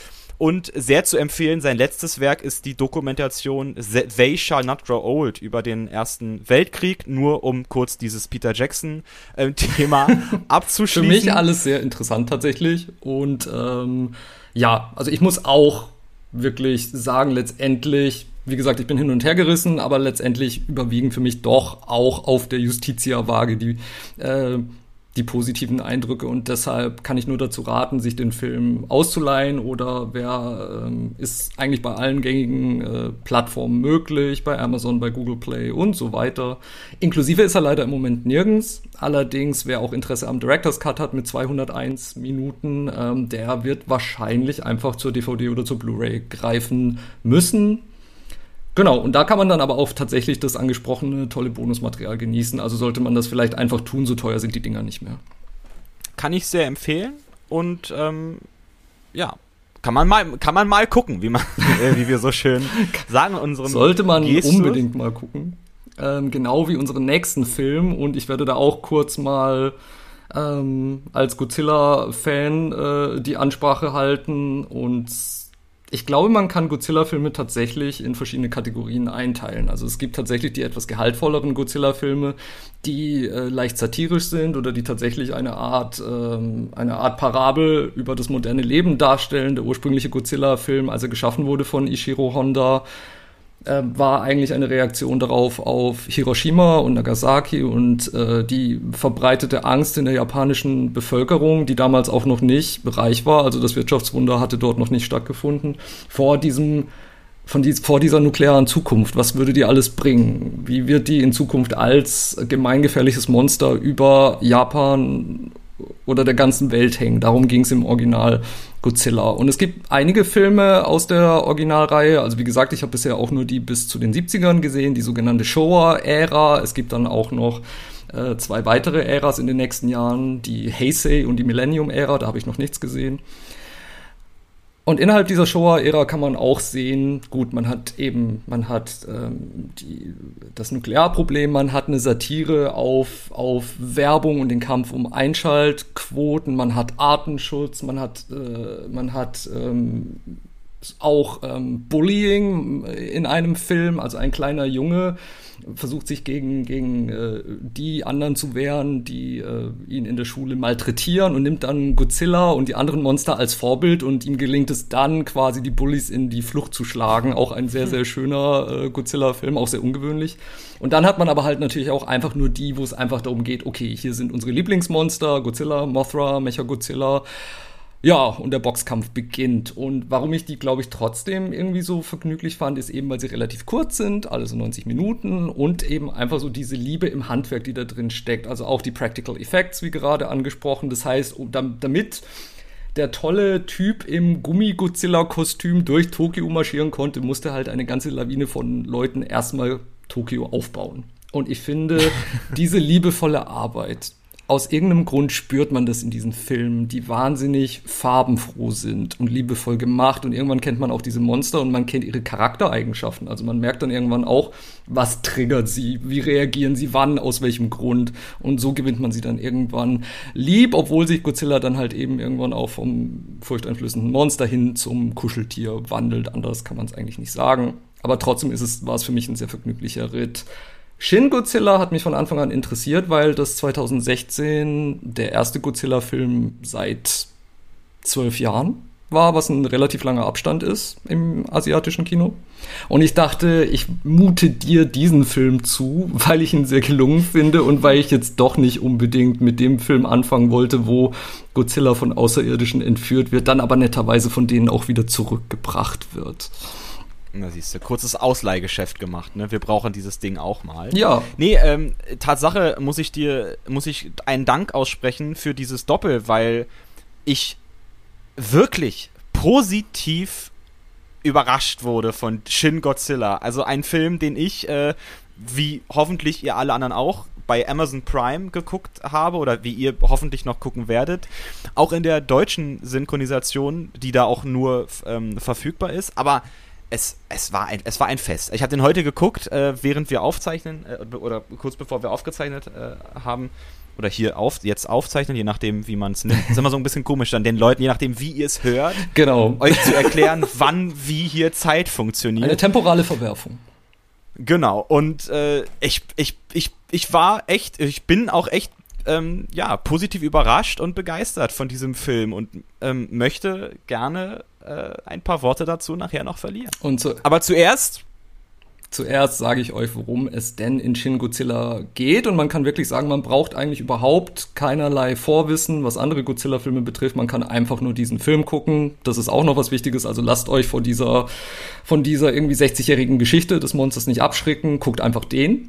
Und sehr zu empfehlen, sein letztes Werk ist die Dokumentation They Shall Not Grow Old über den Ersten Weltkrieg, nur um kurz dieses Peter Jackson-Thema äh, abzuschließen. Für mich alles sehr interessant tatsächlich. Und ähm, ja, also ich muss auch wirklich sagen, letztendlich, wie gesagt, ich bin hin und her gerissen, aber letztendlich überwiegen für mich doch auch auf der Justitia-Waage die, äh, die positiven Eindrücke und deshalb kann ich nur dazu raten, sich den Film auszuleihen oder wer ähm, ist eigentlich bei allen gängigen äh, Plattformen möglich, bei Amazon, bei Google Play und so weiter. Inklusive ist er leider im Moment nirgends. Allerdings, wer auch Interesse am Director's Cut hat mit zweihunderteins Minuten, ähm, der wird wahrscheinlich einfach zur D V D oder zur Blu-ray greifen müssen. Genau, und da kann man dann aber auch tatsächlich das angesprochene tolle Bonusmaterial genießen. Also sollte man das vielleicht einfach tun, so teuer sind die Dinger nicht mehr. Kann ich sehr empfehlen und ähm, ja, kann man mal, kann man mal gucken, wie, man, äh, wie wir so schön sagen in unserem Sollte man Gestus. unbedingt mal gucken. Ähm, genau wie unseren nächsten Film und ich werde da auch kurz mal ähm, als Godzilla-Fan äh, die Ansprache halten und ich glaube, man kann Godzilla-Filme tatsächlich in verschiedene Kategorien einteilen. Also es gibt tatsächlich die etwas gehaltvolleren Godzilla-Filme, die äh, leicht satirisch sind oder die tatsächlich eine Art, ähm, eine Art Parabel über das moderne Leben darstellen. Der ursprüngliche Godzilla-Film, als er geschaffen wurde von Ishiro Honda, äh, war eigentlich eine Reaktion darauf auf Hiroshima und Nagasaki und äh, die verbreitete Angst in der japanischen Bevölkerung, die damals auch noch nicht reich war, also das Wirtschaftswunder hatte dort noch nicht stattgefunden, vor diesem von dies, vor dieser nuklearen Zukunft. Was würde die alles bringen? Wie wird die in Zukunft als gemeingefährliches Monster über Japan oder der ganzen Welt hängen? Darum ging es im Original Godzilla. Und es gibt einige Filme aus der Originalreihe, also wie gesagt, ich habe bisher auch nur die bis zu den siebzigern gesehen, die sogenannte Showa-Ära. Es gibt dann auch noch äh, zwei weitere Äras in den nächsten Jahren, die Heisei und die Millennium-Ära, da habe ich noch nichts gesehen. Und innerhalb dieser Showa-Ära kann man auch sehen, gut, man hat eben, man hat ähm, die, das Nuklearproblem, man hat eine Satire auf, auf Werbung und den Kampf um Einschaltquoten, man hat Artenschutz, man hat, äh, man hat ähm, auch ähm, Bullying in einem Film, also ein kleiner Junge versucht sich gegen, gegen äh, die anderen zu wehren, die äh, ihn in der Schule malträtieren und nimmt dann Godzilla und die anderen Monster als Vorbild und ihm gelingt es dann quasi die Bullies in die Flucht zu schlagen. Auch ein sehr, sehr schöner äh, Godzilla-Film, auch sehr ungewöhnlich. Und dann hat man aber halt natürlich auch einfach nur die, wo es einfach darum geht, okay, hier sind unsere Lieblingsmonster, Godzilla, Mothra, Mechagodzilla. Ja, und der Boxkampf beginnt. Und warum ich die, glaube ich, trotzdem irgendwie so vergnüglich fand, ist eben, weil sie relativ kurz sind, alle so neunzig Minuten und eben einfach so diese Liebe im Handwerk, die da drin steckt. Also auch die Practical Effects, wie gerade angesprochen. Das heißt, damit der tolle Typ im Gummi-Godzilla-Kostüm durch Tokio marschieren konnte, musste halt eine ganze Lawine von Leuten erstmal Tokio aufbauen. Und ich finde, diese liebevolle Arbeit, aus irgendeinem Grund spürt man das in diesen Filmen, die wahnsinnig farbenfroh sind und liebevoll gemacht. Und irgendwann kennt man auch diese Monster und man kennt ihre Charaktereigenschaften. Also man merkt dann irgendwann auch, was triggert sie, wie reagieren sie, wann, aus welchem Grund. Und so gewinnt man sie dann irgendwann lieb, obwohl sich Godzilla dann halt eben irgendwann auch vom furchteinflößenden Monster hin zum Kuscheltier wandelt. Anders kann man es eigentlich nicht sagen. Aber trotzdem ist es, war es für mich ein sehr vergnüglicher Ritt. Shin Godzilla hat mich von Anfang an interessiert, weil das zwanzig sechzehn der erste Godzilla-Film seit zwölf Jahren war, was ein relativ langer Abstand ist im asiatischen Kino. Und ich dachte, ich mute dir diesen Film zu, weil ich ihn sehr gelungen finde und weil ich jetzt doch nicht unbedingt mit dem Film anfangen wollte, wo Godzilla von Außerirdischen entführt wird, dann aber netterweise von denen auch wieder zurückgebracht wird. Na siehst du, kurzes Ausleihgeschäft gemacht, ne? Wir brauchen dieses Ding auch mal. Ja. Nee, ähm, Tatsache muss ich dir, muss ich einen Dank aussprechen für dieses Doppel, weil ich wirklich positiv überrascht wurde von Shin Godzilla. Also ein Film, den ich, äh, wie hoffentlich ihr alle anderen auch, bei Amazon Prime geguckt habe oder wie ihr hoffentlich noch gucken werdet. Auch in der deutschen Synchronisation, die da auch nur ähm, verfügbar ist. Aber Es, es, war ein, es war ein Fest. Ich habe den heute geguckt, äh, während wir aufzeichnen, äh, oder kurz bevor wir aufgezeichnet äh, haben, oder hier auf, jetzt aufzeichnen, je nachdem, wie man es nimmt. Das ist immer so ein bisschen komisch, dann den Leuten, je nachdem, wie ihr es hört, genau, euch zu erklären, wann, wie hier Zeit funktioniert. Eine temporale Verwerfung. Genau, und äh, ich, ich, ich, ich war echt, ich bin auch echt Ähm, ja, positiv überrascht und begeistert von diesem Film und ähm, möchte gerne äh, ein paar Worte dazu nachher noch verlieren. Und zu, Aber zuerst Zuerst sage ich euch, worum es denn in Shin Godzilla geht. Und man kann wirklich sagen, man braucht eigentlich überhaupt keinerlei Vorwissen, was andere Godzilla-Filme betrifft. Man kann einfach nur diesen Film gucken. Das ist auch noch was Wichtiges. Also lasst euch vor dieser, von dieser irgendwie sechzigjährigen Geschichte des Monsters nicht abschrecken. Guckt einfach den.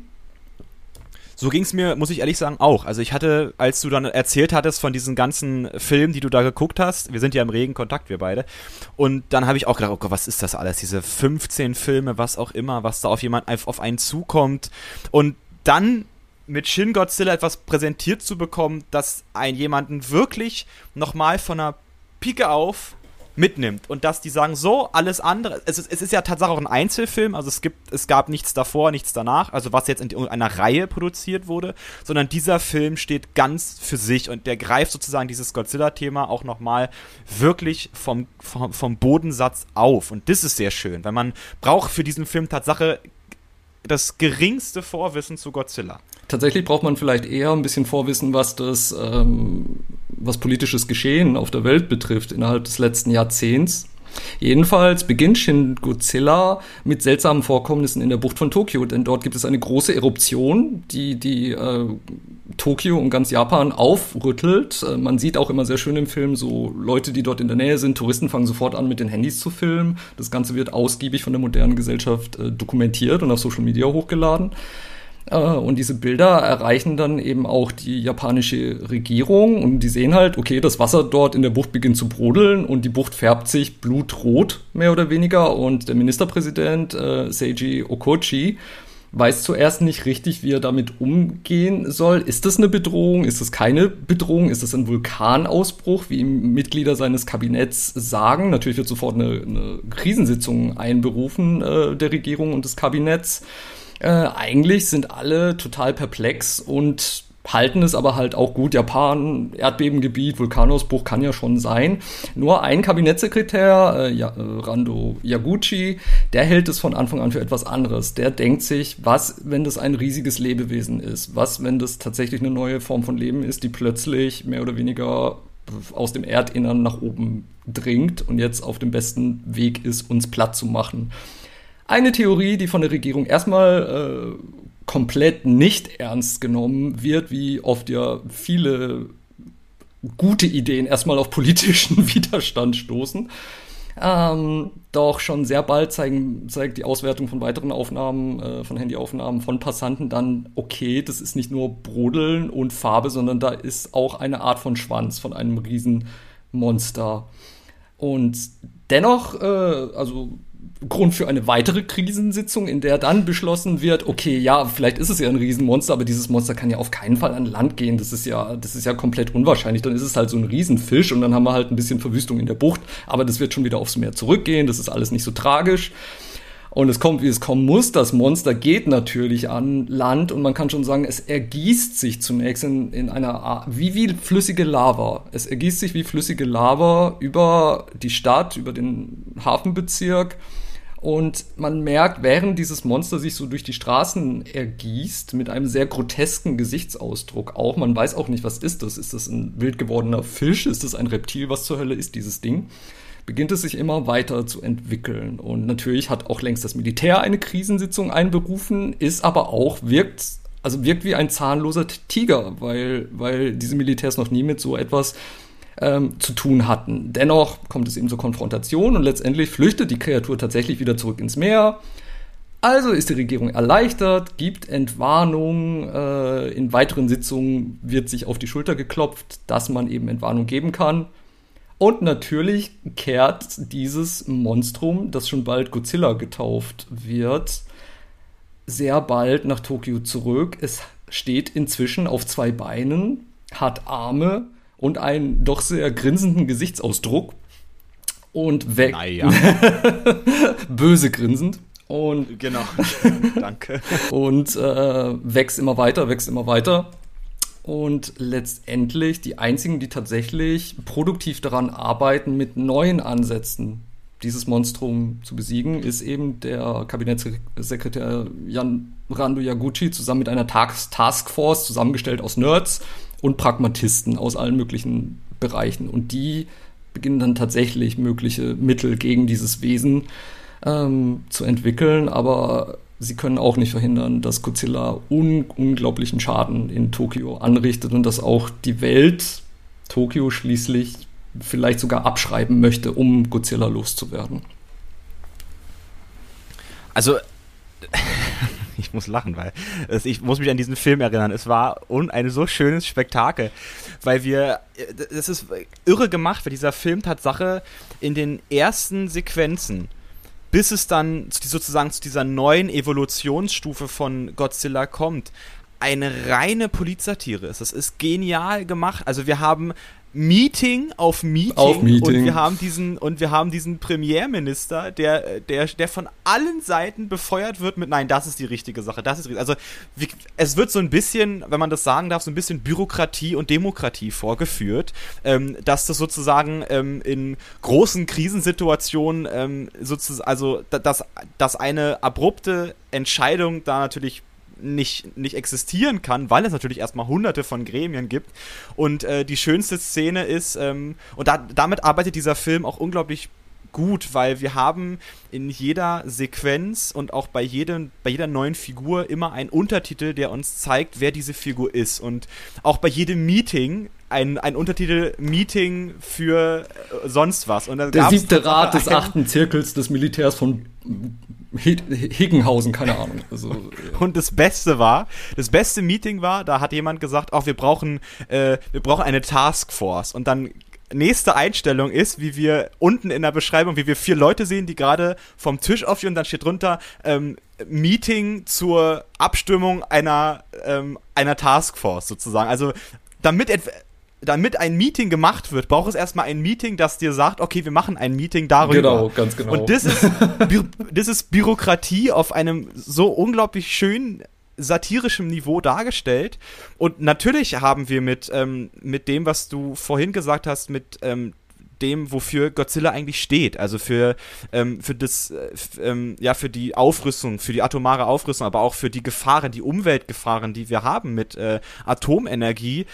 So ging es mir, muss ich ehrlich sagen, auch. Also ich hatte, als du dann erzählt hattest von diesen ganzen Filmen, die du da geguckt hast, wir sind ja im regen Kontakt, wir beide, und dann habe ich auch gedacht, oh Gott, was ist das alles? Diese fünfzehn Filme, was auch immer, was da auf jemand auf einen zukommt. Und dann mit Shin Godzilla etwas präsentiert zu bekommen, das einen jemanden wirklich nochmal von der Pike auf mitnimmt und dass die sagen, so, alles andere, es ist, es ist ja tatsächlich auch ein Einzelfilm, also es gibt, es gab nichts davor, nichts danach, also was jetzt in irgendeiner Reihe produziert wurde, sondern dieser Film steht ganz für sich und der greift sozusagen dieses Godzilla-Thema auch nochmal wirklich vom, vom, vom Bodensatz auf und das ist sehr schön, weil man braucht für diesen Film Tatsache das geringste Vorwissen zu Godzilla. Tatsächlich braucht man vielleicht eher ein bisschen Vorwissen, was das, ähm, was politisches Geschehen auf der Welt betrifft innerhalb des letzten Jahrzehnts. Jedenfalls beginnt Shin Godzilla mit seltsamen Vorkommnissen in der Bucht von Tokio, denn dort gibt es eine große Eruption, die die äh, Tokio und ganz Japan aufrüttelt. Äh, man sieht auch immer sehr schön im Film so Leute, die dort in der Nähe sind. Touristen fangen sofort an, mit den Handys zu filmen. Das Ganze wird ausgiebig von der modernen Gesellschaft äh, dokumentiert und auf Social Media hochgeladen. Und diese Bilder erreichen dann eben auch die japanische Regierung und die sehen halt, okay, das Wasser dort in der Bucht beginnt zu brodeln und die Bucht färbt sich blutrot, mehr oder weniger. Und der Ministerpräsident äh, Seiji Okochi weiß zuerst nicht richtig, wie er damit umgehen soll. Ist das eine Bedrohung? Ist das keine Bedrohung? Ist das ein Vulkanausbruch, wie ihm Mitglieder seines Kabinetts sagen? Natürlich wird sofort eine, eine Krisensitzung einberufen äh, der Regierung und des Kabinetts. Äh, eigentlich sind alle total perplex und halten es aber halt auch gut. Japan, Erdbebengebiet, Vulkanausbruch kann ja schon sein. Nur ein Kabinettssekretär, äh, ja, Rando Yaguchi, der hält es von Anfang an für etwas anderes. Der denkt sich, was, wenn das ein riesiges Lebewesen ist? Was, wenn das tatsächlich eine neue Form von Leben ist, die plötzlich mehr oder weniger aus dem Erdinnern nach oben dringt und jetzt auf dem besten Weg ist, uns platt zu machen? Eine Theorie, die von der Regierung erstmal äh, komplett nicht ernst genommen wird, wie oft ja viele gute Ideen erstmal auf politischen Widerstand stoßen. Ähm, doch schon sehr bald zeigen, zeigt die Auswertung von weiteren Aufnahmen, äh, von Handyaufnahmen von Passanten dann, okay, das ist nicht nur Brodeln und Farbe, sondern da ist auch eine Art von Schwanz von einem Riesenmonster. Und dennoch, äh, also Grund für eine weitere Krisensitzung, in der dann beschlossen wird, okay, ja, vielleicht ist es ja ein Riesenmonster, aber dieses Monster kann ja auf keinen Fall an Land gehen. Das ist ja, das ist ja komplett unwahrscheinlich. Dann ist es halt so ein Riesenfisch und dann haben wir halt ein bisschen Verwüstung in der Bucht, aber das wird schon wieder aufs Meer zurückgehen. Das ist alles nicht so tragisch. Und es kommt, wie es kommen muss. Das Monster geht natürlich an Land und man kann schon sagen, es ergießt sich zunächst in, in einer Art, wie, wie flüssige Lava. Es ergießt sich wie flüssige Lava über die Stadt, über den Hafenbezirk. Und man merkt, während dieses Monster sich so durch die Straßen ergießt, mit einem sehr grotesken Gesichtsausdruck auch, man weiß auch nicht, was ist das? Ist das ein wild gewordener Fisch? Ist das ein Reptil? Was zur Hölle ist dieses Ding? Beginnt es sich immer weiter zu entwickeln. Und natürlich hat auch längst das Militär eine Krisensitzung einberufen, ist aber auch, wirkt, also wirkt wie ein zahnloser Tiger, weil, weil diese Militärs noch nie mit so etwas Ähm, zu tun hatten. Dennoch kommt es eben zur Konfrontation und letztendlich flüchtet die Kreatur tatsächlich wieder zurück ins Meer. Also ist die Regierung erleichtert, gibt Entwarnung, äh, in weiteren Sitzungen wird sich auf die Schulter geklopft, dass man eben Entwarnung geben kann. Und natürlich kehrt dieses Monstrum, das schon bald Godzilla getauft wird, sehr bald nach Tokio zurück. Es steht inzwischen auf zwei Beinen, hat Arme und einen doch sehr grinsenden Gesichtsausdruck und weg. Naja. Böse grinsend. Und genau. Danke. Und äh, wächst immer weiter, wächst immer weiter. Und letztendlich die einzigen, die tatsächlich produktiv daran arbeiten, mit neuen Ansätzen dieses Monstrum zu besiegen, ist eben der Kabinettssekretär Jan Rando Yaguchi zusammen mit einer Taskforce, zusammengestellt aus Nerds und Pragmatisten aus allen möglichen Bereichen. Und die beginnen dann tatsächlich mögliche Mittel gegen dieses Wesen ähm, zu entwickeln, aber sie können auch nicht verhindern, dass Godzilla un- unglaublichen Schaden in Tokio anrichtet und dass auch die Welt Tokio schließlich vielleicht sogar abschreiben möchte, um Godzilla loszuwerden. Also ich muss lachen, weil es, ich muss mich an diesen Film erinnern. Es war un, ein so schönes Spektakel, weil wir, das ist irre gemacht, weil dieser Film Tatsache in den ersten Sequenzen, bis es dann sozusagen zu dieser neuen Evolutionsstufe von Godzilla kommt, eine reine Polizsatire ist. Das ist genial gemacht. Also wir haben Meeting auf Meeting, auf Meeting. und wir haben diesen und wir haben diesen Premierminister, der der der von allen Seiten befeuert wird mit nein, das ist die richtige Sache, das ist also wie, es wird so ein bisschen, wenn man das sagen darf, so ein bisschen Bürokratie und Demokratie vorgeführt, ähm, dass das sozusagen ähm, in großen Krisensituationen ähm, sozusagen also dass dass eine abrupte Entscheidung da natürlich nicht, nicht existieren kann, weil es natürlich erstmal hunderte von Gremien gibt. Und äh, die schönste Szene ist, ähm, und da, damit arbeitet dieser Film auch unglaublich gut, weil wir haben in jeder Sequenz und auch bei, jedem, bei jeder neuen Figur immer einen Untertitel, der uns zeigt, wer diese Figur ist. Und auch bei jedem Meeting ein, ein Untertitel Meeting für äh, sonst was. Und da der siebte Rat des achten Zirkels des Militärs von Higgenhausen, keine Ahnung. Also, ja. Und das Beste war, das beste Meeting war, da hat jemand gesagt, auch wir brauchen, äh, wir brauchen eine Taskforce. Und dann nächste Einstellung ist, wie wir unten in der Beschreibung, wie wir vier Leute sehen, die gerade vom Tisch aufstehen und dann steht drunter ähm, Meeting zur Abstimmung einer, ähm, einer Taskforce sozusagen. Also damit etwa damit ein Meeting gemacht wird, braucht es erstmal ein Meeting, das dir sagt, okay, wir machen ein Meeting darüber. Genau, ganz genau. Und das ist, Bü- das ist Bürokratie auf einem so unglaublich schönen satirischem Niveau dargestellt. Und natürlich haben wir mit, ähm, mit dem, was du vorhin gesagt hast, mit ähm, dem, wofür Godzilla eigentlich steht, also für, ähm, für das, äh, f- ähm, ja, für die Aufrüstung, für die atomare Aufrüstung, aber auch für die Gefahren, die Umweltgefahren, die wir haben mit äh, Atomenergie.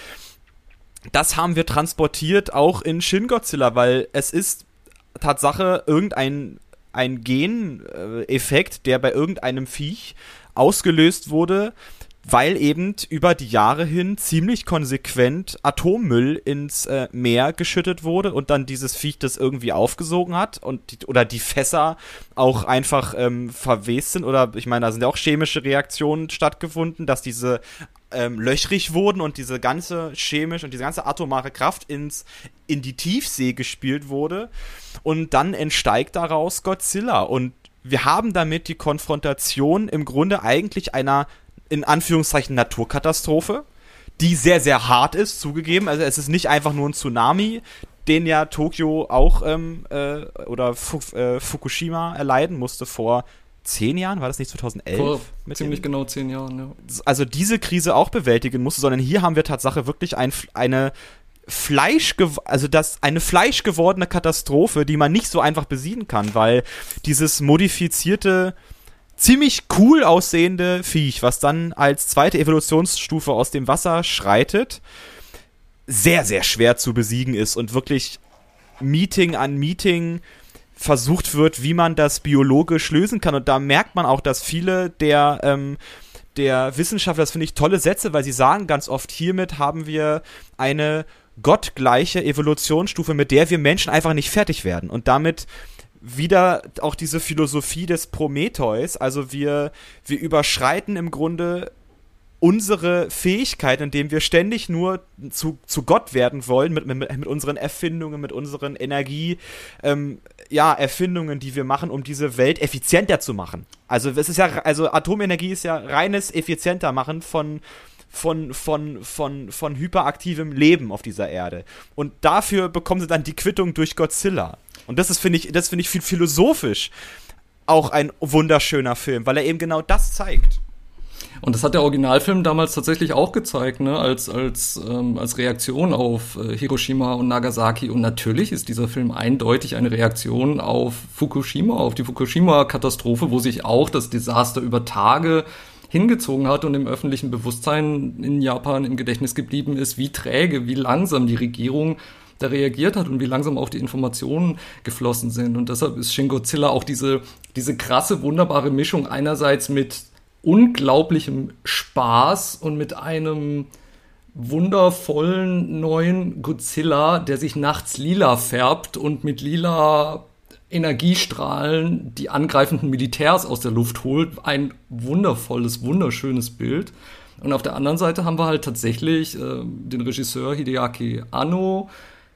Das haben wir transportiert auch in Shin Godzilla, weil es ist Tatsache irgendein ein Geneffekt, der bei irgendeinem Viech ausgelöst wurde, weil eben über die Jahre hin ziemlich konsequent Atommüll ins äh, Meer geschüttet wurde und dann dieses Viech das irgendwie aufgesogen hat und die, oder die Fässer auch einfach ähm, verwest sind, oder ich meine, da sind ja auch chemische Reaktionen stattgefunden, dass diese ähm, löchrig wurden und diese ganze chemische und diese ganze atomare Kraft ins, in die Tiefsee gespielt wurde, und dann entsteigt daraus Godzilla, und wir haben damit die Konfrontation im Grunde eigentlich einer, in Anführungszeichen, Naturkatastrophe, die sehr, sehr hart ist, zugegeben. Also es ist nicht einfach nur ein Tsunami, den ja Tokio auch ähm, äh, oder Fu- äh, Fukushima erleiden musste vor zehn Jahren, war das nicht zweitausendelf? Vor ziemlich genau zehn Jahren, ja. Also diese Krise auch bewältigen musste, sondern hier haben wir Tatsache wirklich ein, eine Fleisch, also das eine fleischgewordene Katastrophe, die man nicht so einfach besiegen kann, weil dieses modifizierte, ziemlich cool aussehende Viech, was dann als zweite Evolutionsstufe aus dem Wasser schreitet, sehr, sehr schwer zu besiegen ist und wirklich Meeting an Meeting versucht wird, wie man das biologisch lösen kann. Und da merkt man auch, dass viele der, ähm, der Wissenschaftler, das finde ich tolle Sätze, weil sie sagen ganz oft, hiermit haben wir eine gottgleiche Evolutionsstufe, mit der wir Menschen einfach nicht fertig werden. Und damit wieder auch diese Philosophie des Prometheus, also wir, wir überschreiten im Grunde unsere Fähigkeit, indem wir ständig nur zu, zu Gott werden wollen, mit, mit, mit unseren Erfindungen, mit unseren Energie, ähm, ja, Erfindungen, die wir machen, um diese Welt effizienter zu machen. Also es ist ja, also Atomenergie ist ja reines effizienter machen von von, von, von, von hyperaktivem Leben auf dieser Erde. Und dafür bekommen sie dann die Quittung durch Godzilla. Und das ist, finde ich, das finde ich philosophisch auch ein wunderschöner Film, weil er eben genau das zeigt. Und das hat der Originalfilm damals tatsächlich auch gezeigt, ne, als, als, ähm, als Reaktion auf äh, Hiroshima und Nagasaki. Und natürlich ist dieser Film eindeutig eine Reaktion auf Fukushima, auf die Fukushima-Katastrophe, wo sich auch das Desaster über Tage hingezogen hat und im öffentlichen Bewusstsein in Japan im Gedächtnis geblieben ist, wie träge, wie langsam die Regierung da reagiert hat und wie langsam auch die Informationen geflossen sind. Und deshalb ist Shin Godzilla auch diese, diese krasse, wunderbare Mischung einerseits mit unglaublichem Spaß und mit einem wundervollen neuen Godzilla, der sich nachts lila färbt und mit lila Energiestrahlen die angreifenden Militärs aus der Luft holt. Ein wundervolles, wunderschönes Bild. Und auf der anderen Seite haben wir halt tatsächlich äh, den Regisseur Hideaki Anno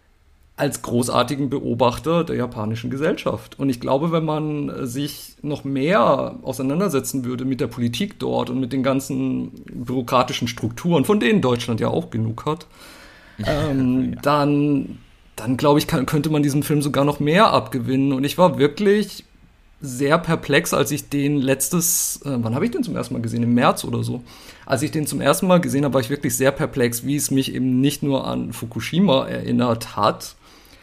als großartigen Beobachter der japanischen Gesellschaft. Und ich glaube, wenn man sich noch mehr auseinandersetzen würde mit der Politik dort und mit den ganzen bürokratischen Strukturen, von denen Deutschland ja auch genug hat, ähm, ja. dann, dann glaube ich, kann, könnte man diesem Film sogar noch mehr abgewinnen. Und ich war wirklich sehr perplex, als ich den letztes, äh, wann habe ich den zum ersten Mal gesehen? Im März oder so. Als ich den zum ersten Mal gesehen habe, war ich wirklich sehr perplex, wie es mich eben nicht nur an Fukushima erinnert hat,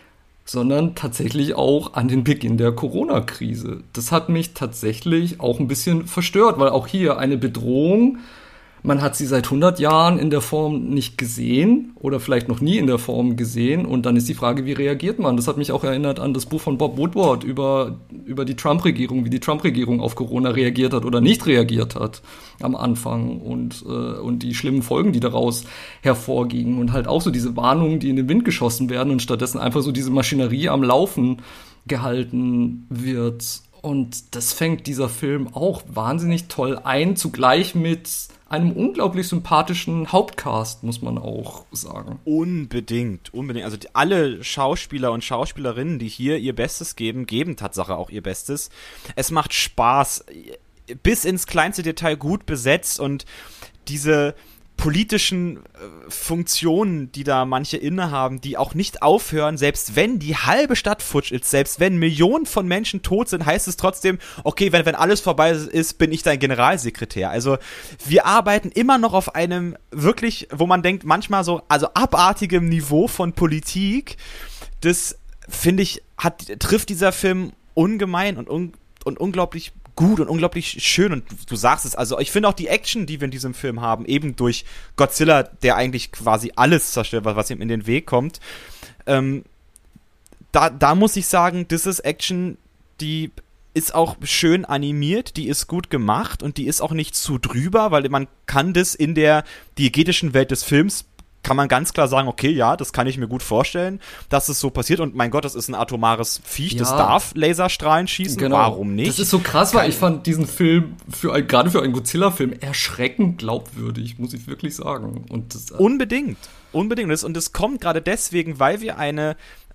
sondern tatsächlich auch an den Beginn der Corona-Krise. Das hat mich tatsächlich auch ein bisschen verstört, weil auch hier eine Bedrohung, man hat sie seit hundert Jahren in der Form nicht gesehen oder vielleicht noch nie in der Form gesehen, und dann ist die Frage, wie reagiert man? Das hat mich auch erinnert an das Buch von Bob Woodward über, über die Trump-Regierung, wie die Trump-Regierung auf Corona reagiert hat oder nicht reagiert hat am Anfang und, äh, und die schlimmen Folgen, die daraus hervorgingen, und halt auch so diese Warnungen, die in den Wind geschossen werden und stattdessen einfach so diese Maschinerie am Laufen gehalten wird. Und das fängt dieser Film auch wahnsinnig toll ein, zugleich mit einem unglaublich sympathischen Hauptcast, muss man auch sagen. Unbedingt, unbedingt. Also die, alle Schauspieler und Schauspielerinnen, die hier ihr Bestes geben, geben Tatsache auch ihr Bestes. Es macht Spaß, bis ins kleinste Detail gut besetzt, und diese politischen äh, Funktionen, die da manche innehaben, die auch nicht aufhören, selbst wenn die halbe Stadt futsch ist, selbst wenn Millionen von Menschen tot sind, heißt es trotzdem, okay, wenn, wenn alles vorbei ist, bin ich dein Generalsekretär. Also wir arbeiten immer noch auf einem wirklich, wo man denkt, manchmal so, also abartigem Niveau von Politik. Das, finde ich, hat, trifft dieser Film ungemein und, un, und unglaublich gut und unglaublich schön, und du, du sagst es, also ich finde auch die Action, die wir in diesem Film haben, eben durch Godzilla, der eigentlich quasi alles zerstört, was ihm in den Weg kommt, ähm, da, da muss ich sagen, das ist Action, die ist auch schön animiert, die ist gut gemacht und die ist auch nicht zu drüber, weil man kann das in der diegetischen Welt des Films, kann man ganz klar sagen, okay, ja, das kann ich mir gut vorstellen, dass es so passiert und mein Gott, das ist ein atomares Viech, ja. Das darf Laserstrahlen schießen, genau. Warum nicht? Das ist so krass, weil ich fand diesen Film, für ein, gerade für einen Godzilla-Film, erschreckend glaubwürdig, muss ich wirklich sagen. Und das, unbedingt, unbedingt. Und es kommt gerade deswegen, weil wir eine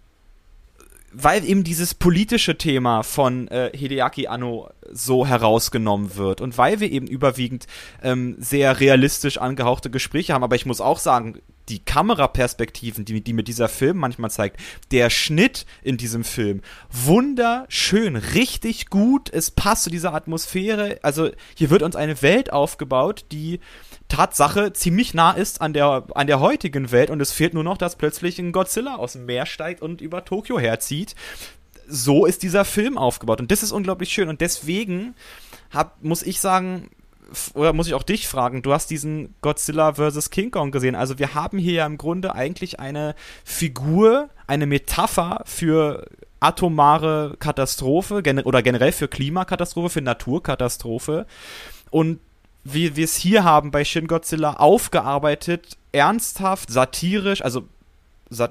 weil eben dieses politische Thema von äh, Hideaki Anno so herausgenommen wird und weil wir eben überwiegend ähm, sehr realistisch angehauchte Gespräche haben, aber ich muss auch sagen, die Kameraperspektiven, die, die mir dieser Film manchmal zeigt, der Schnitt in diesem Film, wunderschön, richtig gut, es passt zu dieser Atmosphäre, also hier wird uns eine Welt aufgebaut, die Tatsache ziemlich nah ist an der, an der heutigen Welt und es fehlt nur noch, dass plötzlich ein Godzilla aus dem Meer steigt und über Tokio herzieht. So ist dieser Film aufgebaut und das ist unglaublich schön und deswegen hab, muss ich sagen, oder muss ich auch dich fragen, du hast diesen Godzilla versus. King Kong gesehen, also wir haben hier ja im Grunde eigentlich eine Figur, eine Metapher für atomare Katastrophe gener- oder generell für Klimakatastrophe, für Naturkatastrophe und wie wir es hier haben bei Shin Godzilla, aufgearbeitet, ernsthaft, satirisch, also sat-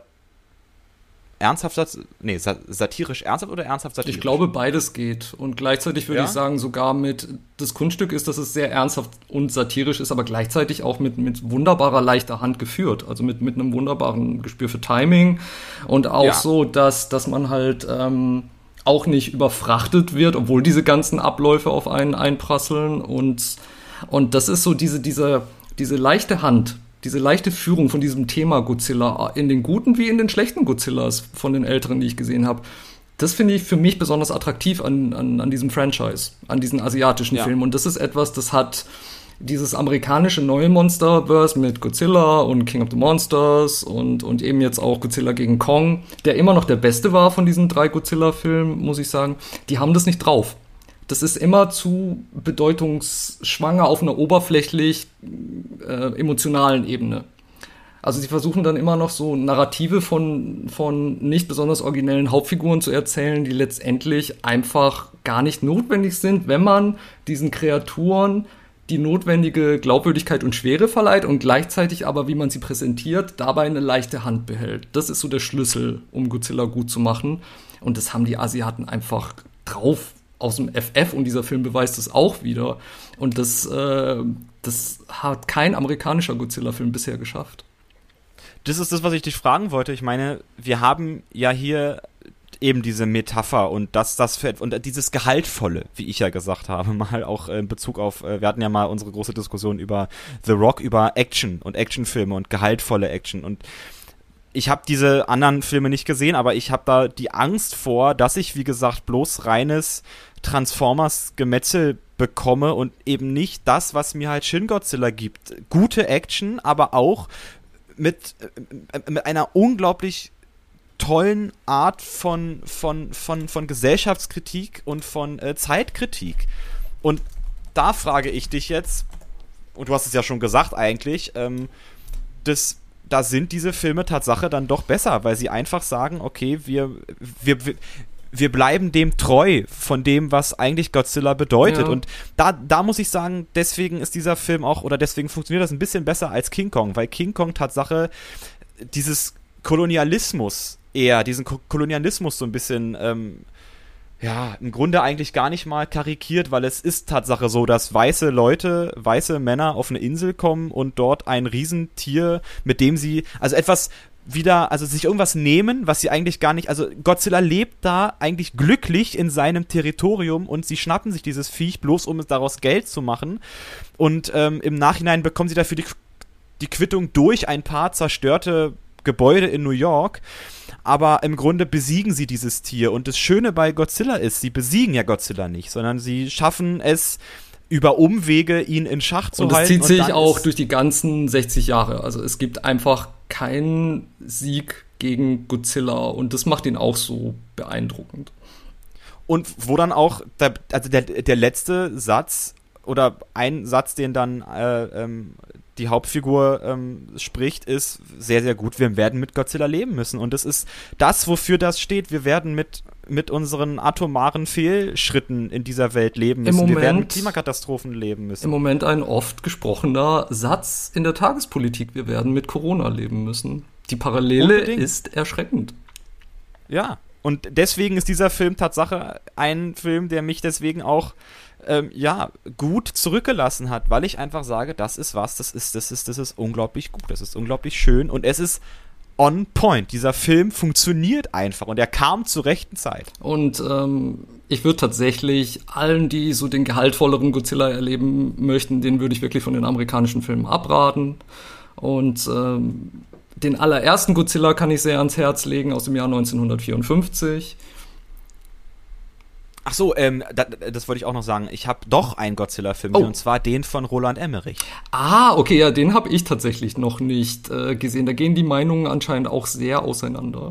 ernsthaft, sat- nee, sat- satirisch ernsthaft oder ernsthaft satirisch? Ich glaube, beides geht. Und gleichzeitig würde ja? ich sagen, sogar mit, das Kunststück ist, dass es sehr ernsthaft und satirisch ist, aber gleichzeitig auch mit, mit wunderbarer, leichter Hand geführt. Also mit, mit einem wunderbaren Gespür für Timing und auch ja. so, dass, dass man halt ähm, auch nicht überfrachtet wird, obwohl diese ganzen Abläufe auf einen einprasseln und Und das ist so diese, diese, diese leichte Hand, diese leichte Führung von diesem Thema Godzilla in den guten wie in den schlechten Godzillas von den älteren, die ich gesehen habe. Das finde ich für mich besonders attraktiv an, an, an diesem Franchise, an diesen asiatischen ja. Filmen. Und das ist etwas, das hat dieses amerikanische neue Monsterverse mit Godzilla und King of the Monsters und, und eben jetzt auch Godzilla gegen Kong, der immer noch der beste war von diesen drei Godzilla-Filmen, muss ich sagen. Die haben das nicht drauf. Das ist immer zu bedeutungsschwanger auf einer oberflächlich äh, emotionalen Ebene. Also sie versuchen dann immer noch so Narrative von, von nicht besonders originellen Hauptfiguren zu erzählen, die letztendlich einfach gar nicht notwendig sind, wenn man diesen Kreaturen die notwendige Glaubwürdigkeit und Schwere verleiht und gleichzeitig aber, wie man sie präsentiert, dabei eine leichte Hand behält. Das ist so der Schlüssel, um Godzilla gut zu machen. Und das haben die Asiaten einfach drauf aus dem F F und dieser Film beweist es auch wieder. Und das, äh, das hat kein amerikanischer Godzilla-Film bisher geschafft. Das ist das, was ich dich fragen wollte. Ich meine, wir haben ja hier eben diese Metapher und das, das für, und dieses Gehaltvolle, wie ich ja gesagt habe, mal auch in Bezug auf, wir hatten ja mal unsere große Diskussion über The Rock, über Action und Actionfilme und gehaltvolle Action und ich habe diese anderen Filme nicht gesehen, aber ich habe da die Angst vor, dass ich, wie gesagt, bloß reines Transformers-Gemetzel bekomme und eben nicht das, was mir halt Shin Godzilla gibt. Gute Action, aber auch mit, äh, mit einer unglaublich tollen Art von, von, von, von Gesellschaftskritik und von äh, Zeitkritik. Und da frage ich dich jetzt, und du hast es ja schon gesagt eigentlich, ähm, das da sind diese Filme Tatsache dann doch besser, weil sie einfach sagen, okay, wir, wir, wir, wir bleiben dem treu von dem, was eigentlich Godzilla bedeutet. Ja. Und da, da muss ich sagen, deswegen ist dieser Film auch, oder deswegen funktioniert das ein bisschen besser als King Kong, weil King Kong Tatsache dieses Kolonialismus eher, diesen Ko- Kolonialismus so ein bisschen ähm, ja, im Grunde eigentlich gar nicht mal karikiert, weil es ist Tatsache so, dass weiße Leute, weiße Männer auf eine Insel kommen und dort ein Riesentier, mit dem sie, also etwas wieder, also sich irgendwas nehmen, was sie eigentlich gar nicht, also Godzilla lebt da eigentlich glücklich in seinem Territorium und sie schnappen sich dieses Viech bloß, um es daraus Geld zu machen und ähm, im Nachhinein bekommen sie dafür die, die Quittung durch ein paar zerstörte Gebäude in New York, aber im Grunde besiegen sie dieses Tier und das Schöne bei Godzilla ist, sie besiegen ja Godzilla nicht, sondern sie schaffen es über Umwege, ihn in Schach zu und halten. Und das zieht sich auch durch die ganzen sechzig Jahre, also es gibt einfach keinen Sieg gegen Godzilla und das macht ihn auch so beeindruckend. Und wo dann auch, der, also der, der letzte Satz oder ein Satz, den dann äh, ähm, die Hauptfigur ähm, spricht, ist sehr, sehr gut. Wir werden mit Godzilla leben müssen. Und das ist das, wofür das steht. Wir werden mit, mit unseren atomaren Fehlschritten in dieser Welt leben müssen. Moment, wir werden mit Klimakatastrophen leben müssen. Im Moment ein oft gesprochener Satz in der Tagespolitik. Wir werden mit Corona leben müssen. Die Parallele Unbedingt. Ist erschreckend. Ja, und deswegen ist dieser Film Tatsache ein Film, der mich deswegen auch ähm, ja, gut zurückgelassen hat, weil ich einfach sage, das ist was, das ist, das ist, das ist unglaublich gut, das ist unglaublich schön und es ist on point. Dieser Film funktioniert einfach und er kam zur rechten Zeit. Und ähm, ich würde tatsächlich allen, die so den gehaltvolleren Godzilla erleben möchten, denen würde ich wirklich von den amerikanischen Filmen abraten. Und ähm, den allerersten Godzilla kann ich sehr ans Herz legen, aus dem Jahr neunzehnhundertvierundfünfzig. Ach so, ähm, das, das wollte ich auch noch sagen. Ich habe doch einen Godzilla-Film, oh. und zwar den von Roland Emmerich. Ah, okay, ja, den habe ich tatsächlich noch nicht äh, gesehen. Da gehen die Meinungen anscheinend auch sehr auseinander.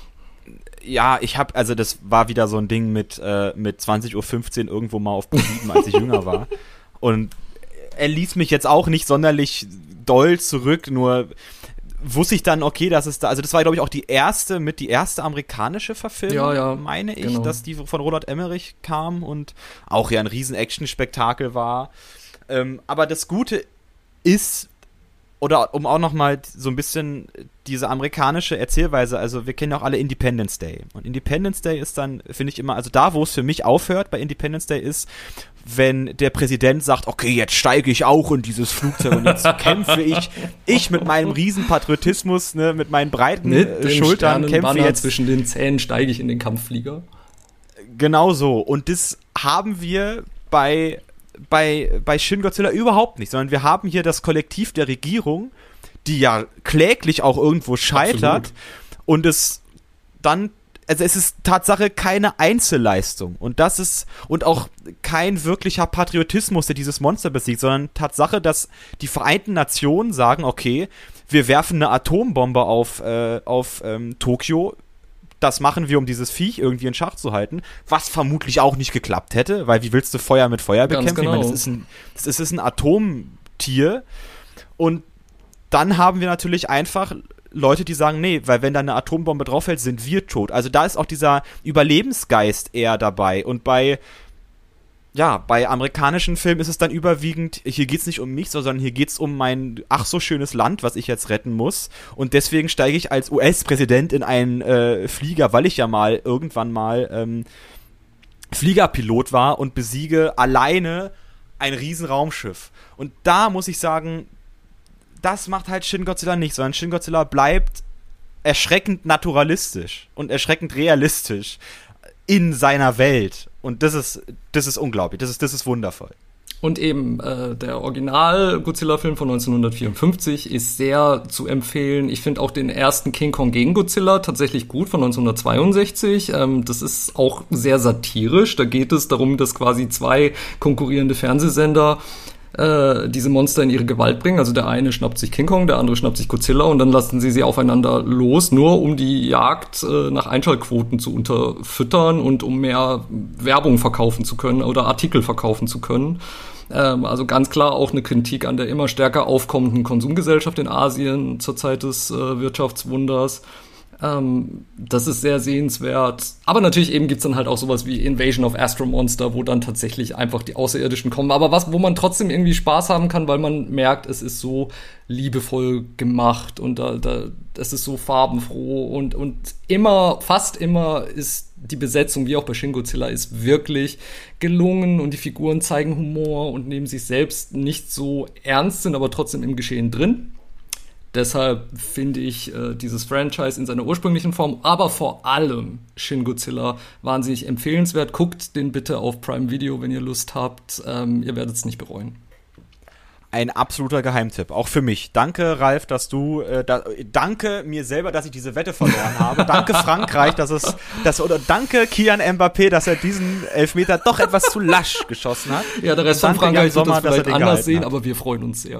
Ja, ich habe, also das war wieder so ein Ding mit, äh, mit zwanzig Uhr fünfzehn irgendwo mal auf ProSieben, als ich jünger war. Und er ließ mich jetzt auch nicht sonderlich doll zurück, nur wusste ich dann, okay, das ist da, also das war, glaube ich, auch die erste, mit die erste amerikanische Verfilmung, ja, ja, meine ich, genau. dass die von Roland Emmerich kam und auch ja ein riesen Action-Spektakel war. Ähm, aber das Gute ist, oder um auch nochmal so ein bisschen diese amerikanische Erzählweise, also wir kennen ja auch alle Independence Day. Und Independence Day ist dann, finde ich immer, also da, wo es für mich aufhört bei Independence Day ist, wenn der Präsident sagt, okay, jetzt steige ich auch in dieses Flugzeug und jetzt kämpfe ich, ich mit meinem Riesenpatriotismus, ne, mit meinen breiten mit äh, Schultern kämpfe jetzt. Zwischen den Zähnen steige ich in den Kampfflieger. Genau so. Und das haben wir bei, bei, bei Shin Godzilla überhaupt nicht, sondern wir haben hier das Kollektiv der Regierung, die ja kläglich auch irgendwo scheitert. Absolut. Und es dann, also es ist Tatsache keine Einzelleistung und das ist, und auch kein wirklicher Patriotismus, der dieses Monster besiegt, sondern Tatsache, dass die Vereinten Nationen sagen, okay, wir werfen eine Atombombe auf, äh, auf ähm, Tokio, das machen wir, um dieses Viech irgendwie in Schach zu halten, was vermutlich auch nicht geklappt hätte, weil wie willst du Feuer mit Feuer bekämpfen? Genau. Ich meine, das ist ein, das ist, das ist ein Atomtier und dann haben wir natürlich einfach Leute, die sagen, nee, weil wenn da eine Atombombe draufhält, sind wir tot. Also da ist auch dieser Überlebensgeist eher dabei. Und bei, ja, bei amerikanischen Filmen ist es dann überwiegend, hier geht's nicht um mich, sondern hier geht's um mein ach so schönes Land, was ich jetzt retten muss. Und deswegen steige ich als U S-Präsident in einen äh, Flieger, weil ich ja mal irgendwann mal ähm, Fliegerpilot war und besiege alleine ein Riesenraumschiff. Und da muss ich sagen, das macht halt Shin Godzilla nicht, sondern Shin Godzilla bleibt erschreckend naturalistisch und erschreckend realistisch in seiner Welt. Und das ist, das ist unglaublich, das ist, das ist wundervoll. Und eben, äh, der Original-Godzilla-Film von neunzehnhundertvierundfünfzig ist sehr zu empfehlen. Ich finde auch den ersten King Kong gegen Godzilla tatsächlich gut von neunzehnhundertzweiundsechzig. Ähm, das ist auch sehr satirisch. Da geht es darum, dass quasi zwei konkurrierende Fernsehsender diese Monster in ihre Gewalt bringen. Also der eine schnappt sich King Kong, der andere schnappt sich Godzilla und dann lassen sie sie aufeinander los, nur um die Jagd äh, nach Einschaltquoten zu unterfüttern und um mehr Werbung verkaufen zu können oder Artikel verkaufen zu können. Ähm, also ganz klar auch eine Kritik an der immer stärker aufkommenden Konsumgesellschaft in Asien zur Zeit des äh, Wirtschaftswunders. Ähm, das ist sehr sehenswert. Aber natürlich eben gibt's dann halt auch sowas wie Invasion of Astro Monster, wo dann tatsächlich einfach die Außerirdischen kommen. Aber was, wo man trotzdem irgendwie Spaß haben kann, weil man merkt, es ist so liebevoll gemacht und da, da, es ist so farbenfroh und, und immer, fast immer ist die Besetzung, wie auch bei Shin Godzilla, ist wirklich gelungen und die Figuren zeigen Humor und nehmen sich selbst nicht so ernst, sind aber trotzdem im Geschehen drin. Deshalb finde ich äh, dieses Franchise in seiner ursprünglichen Form, aber vor allem Shin Godzilla wahnsinnig empfehlenswert. Guckt den bitte auf Prime Video, wenn ihr Lust habt. Ähm, ihr werdet es nicht bereuen. Ein absoluter Geheimtipp, auch für mich. Danke, Ralf, dass du, äh, da, danke mir selber, dass ich diese Wette verloren habe. Danke Frankreich, dass es, dass, oder danke Kylian Mbappé, dass er diesen Elfmeter doch etwas zu lasch geschossen hat. Ja, der Rest von Frankreich wird das vielleicht anders sehen, aber wir freuen uns sehr.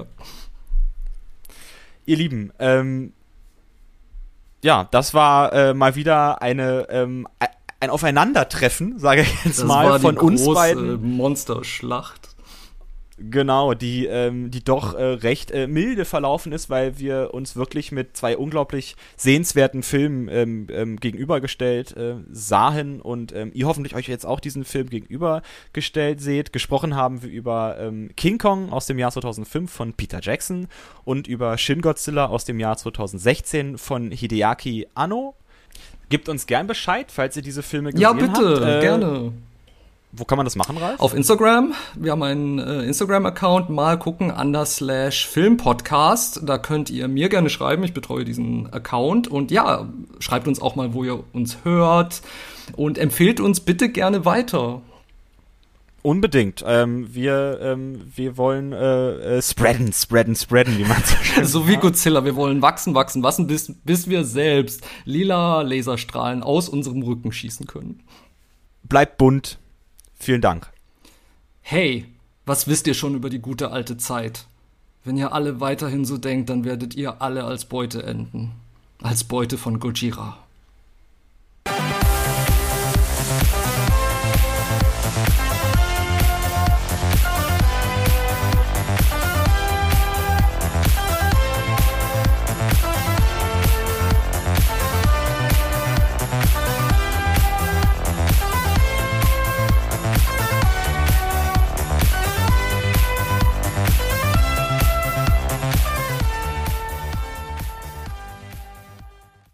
Ihr Lieben, ähm, ja, das war äh, mal wieder eine ähm, ein Aufeinandertreffen, sage ich jetzt das mal, war von die uns große beiden. Monsterschlacht. Genau, die, ähm, die doch äh, recht äh, milde verlaufen ist, weil wir uns wirklich mit zwei unglaublich sehenswerten Filmen ähm, ähm, gegenübergestellt äh, sahen und ähm, ihr hoffentlich euch jetzt auch diesen Film gegenübergestellt seht. Gesprochen haben wir über ähm, King Kong aus dem Jahr zweitausendfünf von Peter Jackson und über Shin Godzilla aus dem Jahr zweitausendsechzehn von Hideaki Anno. Gebt uns gern Bescheid, falls ihr diese Filme gesehen habt. Ja, bitte, habt. Äh, gerne. Wo kann man das machen, Ralf? Auf Instagram. Wir haben einen äh, Instagram-Account, mal gucken, under slash Filmpodcast. Da könnt ihr mir gerne schreiben. Ich betreue diesen Account. Und ja, schreibt uns auch mal, wo ihr uns hört. Und empfehlt uns bitte gerne weiter. Unbedingt. Ähm, wir, ähm, wir wollen äh, äh, spreaden, spreaden, spreaden, wie man so schön sagt. So wie Godzilla. Wir wollen wachsen, wachsen, wachsen, bis, bis wir selbst lila Laserstrahlen aus unserem Rücken schießen können. Bleibt bunt. Vielen Dank. Hey, was wisst ihr schon über die gute alte Zeit? Wenn ihr alle weiterhin so denkt, dann werdet ihr alle als Beute enden. Als Beute von Gojira.